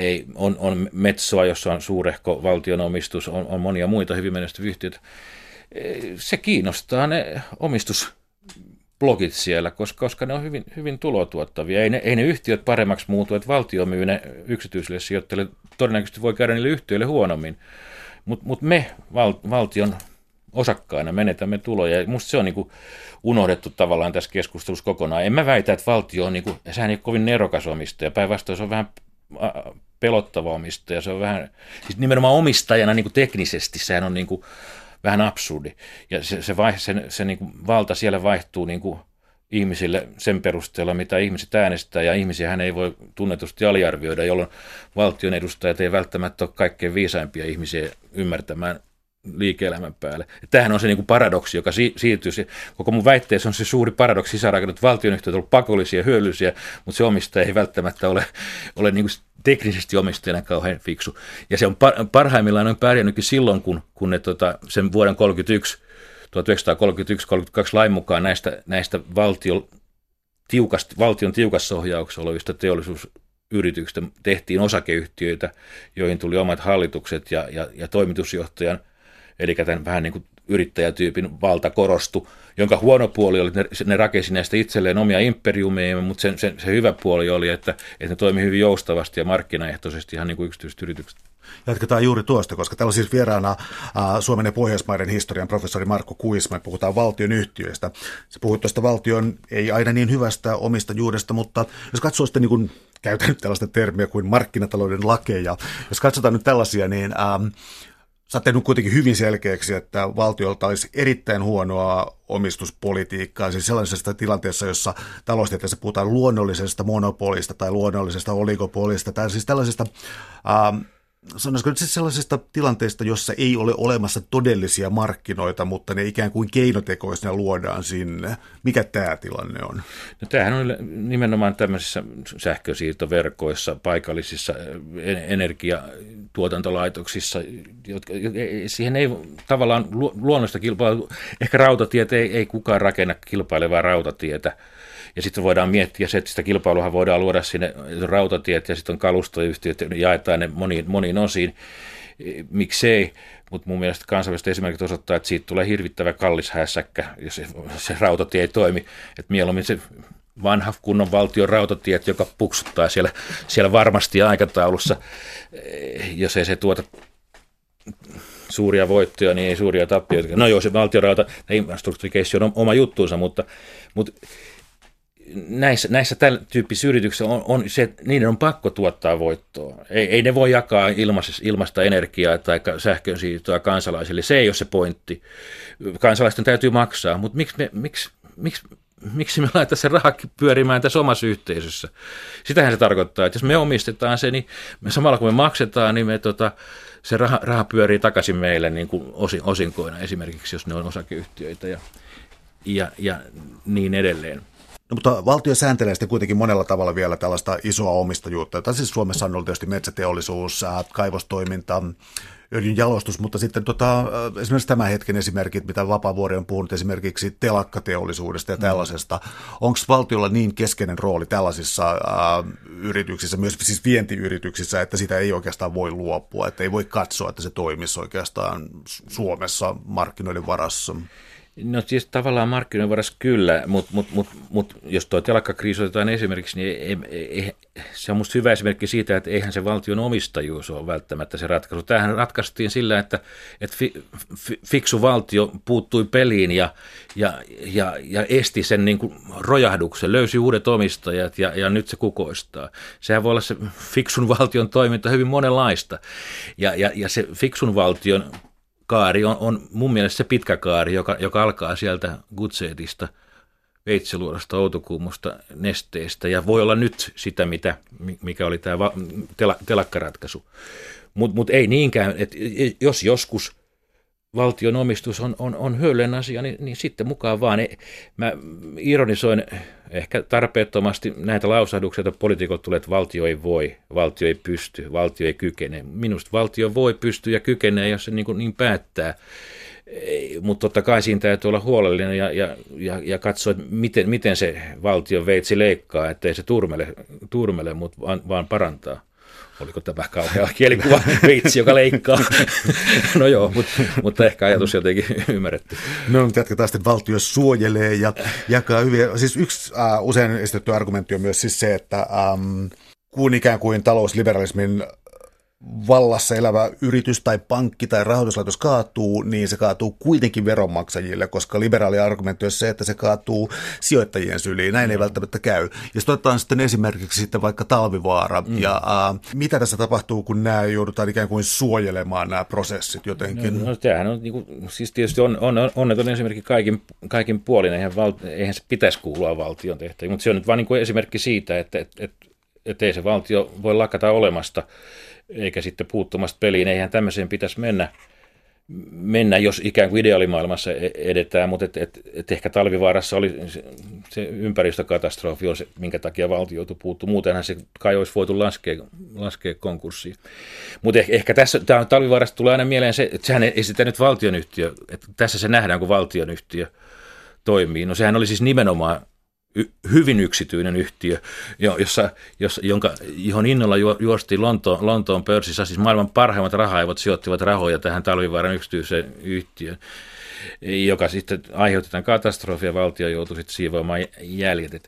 On Metsoa, jossa on suurehko valtionomistus, on monia muita hyvin menestyviä yhtiöitä. Se kiinnostaa ne omistusblogit siellä, koska ne on hyvin, hyvin tulotuottavia. Ei ne yhtiöt paremmaksi muutu, että valtio myy ne yksityisille sijoittajille. Todennäköisesti voi käydä niille yhtiöille huonommin, mutta me valtion osakkaina menetämme tuloja. Musta se on niin kuin unohdettu tavallaan tässä keskustelussa kokonaan. En mä väitä, että valtio on, niin kuin, sehän ei ole kovin nerokas omistaja. Päinvastoin se on vähän pelottava omistaja. Se on vähän, siis nimenomaan omistajana niin kuin teknisesti sehän on niin kuin vähän absurdi. Ja se niin kuin valta siellä vaihtuu niin kuin ihmisille sen perusteella, mitä ihmiset äänestää, ja ihmisiähän ei voi tunnetusti aliarvioida, jolloin valtion edustajat ei välttämättä ole kaikkein viisaimpia ihmisiä ymmärtämään liike-elämän päälle. Tämähän on se niin kuin paradoksi, joka siirtyy. Koko mun väitteessä on se suuri paradoksi sisäänrakennut. Valtionyhtiöt on ollut pakollisia ja hyödyllisiä, mutta se omistaja ei välttämättä ole niin kuin teknisesti omistajana kauhean fiksu. Ja se on parhaimmillaan on pärjännytkin silloin, kun ne sen vuoden 1931-32 lain mukaan näistä valtion tiukassa ohjauksessa olevista teollisuusyrityksistä tehtiin osakeyhtiöitä, joihin tuli omat hallitukset ja toimitusjohtajan, eli tämän vähän niin kuin yrittäjätyypin valta korostui, jonka huono puoli oli, että ne rakensi näistä itselleen omia imperiumeja, mutta se hyvä puoli oli, että ne toimi hyvin joustavasti ja markkinaehtoisesti ihan niin kuin yksityiset yritykset. Jatketaan juuri tuosta, koska täällä on siis vieraana Suomen ja Pohjoismaiden historian professori Markku Kuisma. Puhutaan valtion yhtiöistä. Se puhuit tuosta valtion ei aina niin hyvästä omistajuudesta, mutta jos katsoo sitten, niin kuin käytän nyt tällaista termiä kuin markkinatalouden lakeja, jos katsotaan nyt tällaisia, niin sä oot tehnyt kuitenkin hyvin selkeäksi, että valtiolta olisi erittäin huonoa omistuspolitiikkaa, siis sellaisesta tilanteessa, jossa taloustieteessä puhutaan luonnollisesta monopolista tai luonnollisesta oligopolista, tai siis tällaisesta sanoisiko nyt siis sellaisesta tilanteesta, jossa ei ole olemassa todellisia markkinoita, mutta ne ikään kuin keinotekoisina luodaan sinne. Mikä tämä tilanne on? No, tämähän on nimenomaan tämmöisissä sähkösiirtoverkoissa, paikallisissa energiatuotantolaitoksissa, siihen ei tavallaan luonnollista kilpailua, ehkä rautatiet ei kukaan rakenna kilpailevaa rautatietä. Ja sitten voidaan miettiä se, että sitä kilpailuhan voidaan luoda sinne rautatiet ja sitten on kalustoyhtiöt, jaetaan ne moniin osiin. Miksei, mutta mun mielestä kansainväliset esimerkit osoittaa, että siitä tulee hirvittävä kallis hässäkkä, jos se rautatie ei toimi. Että mieluummin se vanha kunnon valtion rautatiet, joka puksuttaa siellä varmasti aikataulussa, jos ei se tuota suuria voittoja, niin ei suuria tappioita. No joo, se valtiorauta, infrastruktuurikeissi on oma juttuunsa, mutta näissä tällä tyyppisissä yrityksissä on se, että niiden on pakko tuottaa voittoa. Ei ne voi jakaa ilmasta energiaa tai sähkönsiirtoa kansalaisille. Se ei ole se pointti. Kansalaisten täytyy maksaa, mutta miksi me laitetaan se raha pyörimään tässä omassa yhteisössä? Sitähän se tarkoittaa, että jos me omistetaan se, niin samalla kun me maksetaan, niin se raha pyörii takaisin meille niin kuin osinkoina esimerkiksi, jos ne on osakeyhtiöitä ja niin edelleen. No, mutta valtio sääntelee sitten kuitenkin monella tavalla vielä tällaista isoa omistajuutta, jota siis Suomessa on ollut tietysti metsäteollisuus, kaivostoiminta, öljyn jalostus, mutta sitten esimerkiksi tämän hetken esimerkit, mitä Vapaavuori on puhunut esimerkiksi telakkateollisuudesta ja tällaisesta. Onko valtiolla niin keskeinen rooli tällaisissa yrityksissä, myös siis vientiyrityksissä, että sitä ei oikeastaan voi luopua, että ei voi katsoa, että se toimisi oikeastaan Suomessa markkinoiden varassa? No siis tavallaan markkinoiden varassa kyllä, mutta jos tuo telakkakriisi otetaan esimerkiksi, niin se on musta hyvä esimerkki siitä, että eihän se valtion omistajuus ole välttämättä se ratkaisu. Tämähän ratkaistiin sillä, että fiksu valtio puuttui peliin ja esti sen niin kuin rojahduksen, löysi uudet omistajat ja nyt se kukoistaa. Sehän voi olla se fiksun valtion toiminta hyvin monenlaista ja se fiksun valtion kaari on mun mielestä se pitkä kaari, joka alkaa sieltä Gutsetista, Veitsiluodosta, Outokummusta, Nesteestä ja voi olla nyt sitä, mikä oli tämä telakkaratkaisu. Mutta ei niinkään, että jos joskus valtion omistus on hyödyllinen asia, niin sitten mukaan vaan. Mä ironisoin ehkä tarpeettomasti näitä lausahduksia, että poliitikot tulee, että valtio ei voi, valtio ei pysty, valtio ei kykene. Minusta valtio voi, pystyä ja kykenee, jos se niin päättää. Mutta totta kai siinä täytyy olla huolellinen ja katsoa, että miten se valtion veitsi leikkaa, ettei se turmele mutta vaan parantaa Oliko tämä kauhea kielikuva veitsi, joka leikkaa? No joo, mutta ehkä ajatus jotenkin ymmärretty. No, mutta jatketaan sitten, valtio suojelee ja jakaa hyviä. Siis yksi usein esitetty argumentti on myös siis se, että kun ikään kuin talousliberalismin vallassa elävä yritys tai pankki tai rahoituslaitos kaatuu, niin se kaatuu kuitenkin veronmaksajille, koska liberaali argumentti on se, että se kaatuu sijoittajien syliin. Näin ei välttämättä käy. Ja otetaan sitten esimerkiksi sitten vaikka Talvivaara. Ja mitä tässä tapahtuu, kun nämä joudutaan ikään kuin suojelemaan nämä prosessit jotenkin? No tämähän on, niin kuin, siis tietysti onneton esimerkiksi kaikin puolin, eihän se pitäisi kuulua valtion tehtäviin, mutta se on nyt vain niin kuin esimerkki siitä, että ei se valtio voi lakata olemasta, eikä sitten puuttumasta peliin. Eihän tämmöiseen pitäisi mennä, jos ikään kuin ideaalimaailmassa edetään, mutta et ehkä Talvivaarassa oli se ympäristökatastrofi, se, minkä takia valtio joutui puuttumaan. Muutenhan se kai olisi voitu laskea konkurssiin. Mutta ehkä tässä Talvivaarasta tulee aina mieleen se, että sehän ei sitä nyt valtionyhtiö, että tässä se nähdään, kun valtionyhtiö toimii. No sehän oli siis nimenomaan hyvin yksityinen yhtiö, johon innolla juostiin Lontoon pörssissä, siis maailman parhaimmat rahaivot sijoittivat rahoja tähän Talvivaaran yksityiseen yhtiöön, joka sitten aiheutti tämän katastrofin ja valtio joutui sitten siivoamaan jäljet.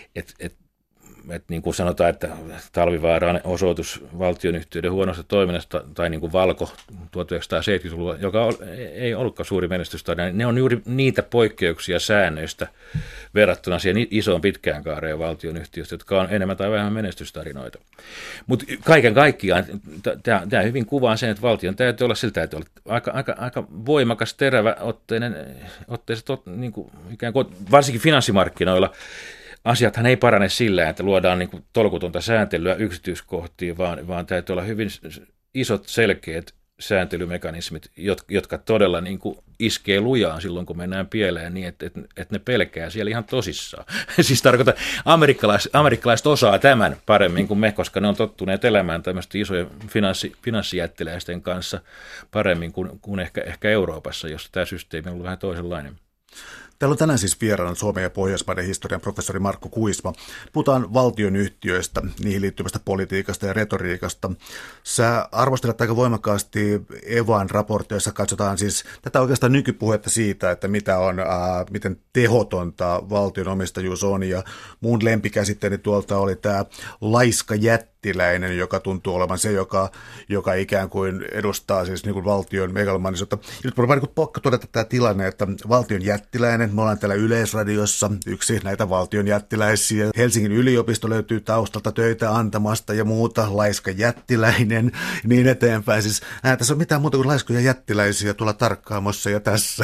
Niin kuin sanotaan, että Talvivaara on osoitus valtionyhtiöiden huonosta toiminnasta, tai niin kuin Valko 1970-luvulla, joka ei ollutkaan suuri menestystarina. Ne on juuri niitä poikkeuksia säännöistä verrattuna siihen isoon pitkään kaareen valtionyhtiöstä, jotka on enemmän tai vähemmän menestystarinoita. Mutta kaiken kaikkiaan tämä hyvin kuvaa sen, että valtion täytyy olla, sillä täytyy olla aika voimakas, terävä otteiset, niin kuin ikään kuin, varsinkin finanssimarkkinoilla. Asiathan ei parane sillä, että luodaan niin kuin tolkutonta sääntelyä yksityiskohtiin, vaan täytyy olla hyvin isot, selkeät sääntelymekanismit, jotka todella niin kuin iskee lujaan silloin, kun mennään pieleen niin, että ne pelkää siellä ihan tosissaan. Siis tarkoitan, amerikkalaiset osaa tämän paremmin kuin me, koska ne on tottuneet elämään tämmöisten isojen finanssijättiläisten kanssa paremmin kuin ehkä Euroopassa, jossa tämä systeemi on ollut vähän toisenlainen. Täällä on tänään siis vieraana Suomen ja Pohjoismaiden historian professori Markku Kuisma. Puhutaan valtionyhtiöistä, niihin liittyvästä politiikasta ja retoriikasta. Sä arvostelet aika voimakkaasti Evan raporttia, jossa katsotaan siis tätä oikeastaan nykypuhetta siitä, että miten tehotonta valtion omistajuus on. Ja mun lempikäsitteeni tuolta oli tämä laiska jättiläinen, joka tuntuu olevan se, joka ikään kuin edustaa siis niin kuin valtion megalomanisuutta. Nyt on vain pakko todeta tämä tilanne, että valtion jättiläinen, me ollaan täällä Yleisradiossa, yksi näitä valtion jättiläisiä. Helsingin yliopisto löytyy taustalta töitä antamasta ja muuta, laiska jättiläinen, niin eteenpäin. Siis tässä on mitään muuta kuin laiskoja jättiläisiä tuolla tarkkaamossa ja tässä,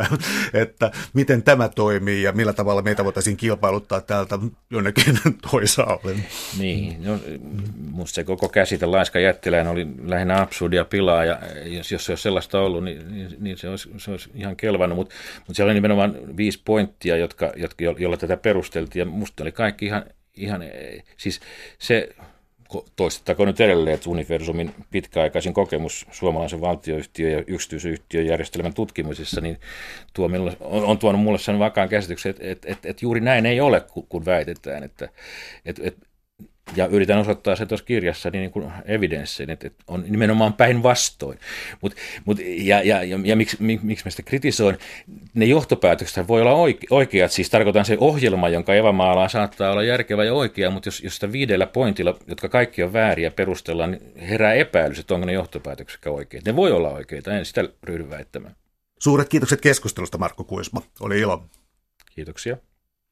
että miten tämä toimii ja millä tavalla meitä voitaisiin kilpailuttaa täältä jonnekin toisaalle. Niin, no, musta se koko käsite laiska jättiläinen oli lähinnä absurdia pilaa, ja jos se olisi sellaista ollut, niin se olisi ihan kelvannut, mutta siellä oli nimenomaan 5 pointtia, joilla tätä perusteltiin, ja musta oli kaikki ihan siis se, toistettakoon nyt edelleen, että universumin pitkäaikaisin kokemus suomalaisen valtioyhtiön ja yksityisyhtiön järjestelmän tutkimisessa, niin on tuonut mulle sen vakaan käsityksen, että juuri näin ei ole, kun väitetään, ja yritän osoittaa se tuossa kirjassa niin kuin evidenssiin, että on nimenomaan päinvastoin. Ja miksi mä sitä kritisoin? Ne johtopäätökset voi olla oikeat, siis tarkoitan se ohjelma, jonka Eva maalaa, saattaa olla järkevä ja oikea, mutta jos sitä 5 pointilla, jotka kaikki on vääriä, perustellaan, niin herää epäilys, että onko ne johtopäätökset oikeat. Ne voi olla oikeita, en sitä ryhdy väittämään. Suuret kiitokset keskustelusta, Markku Kuisma. Oli ilo. Kiitoksia.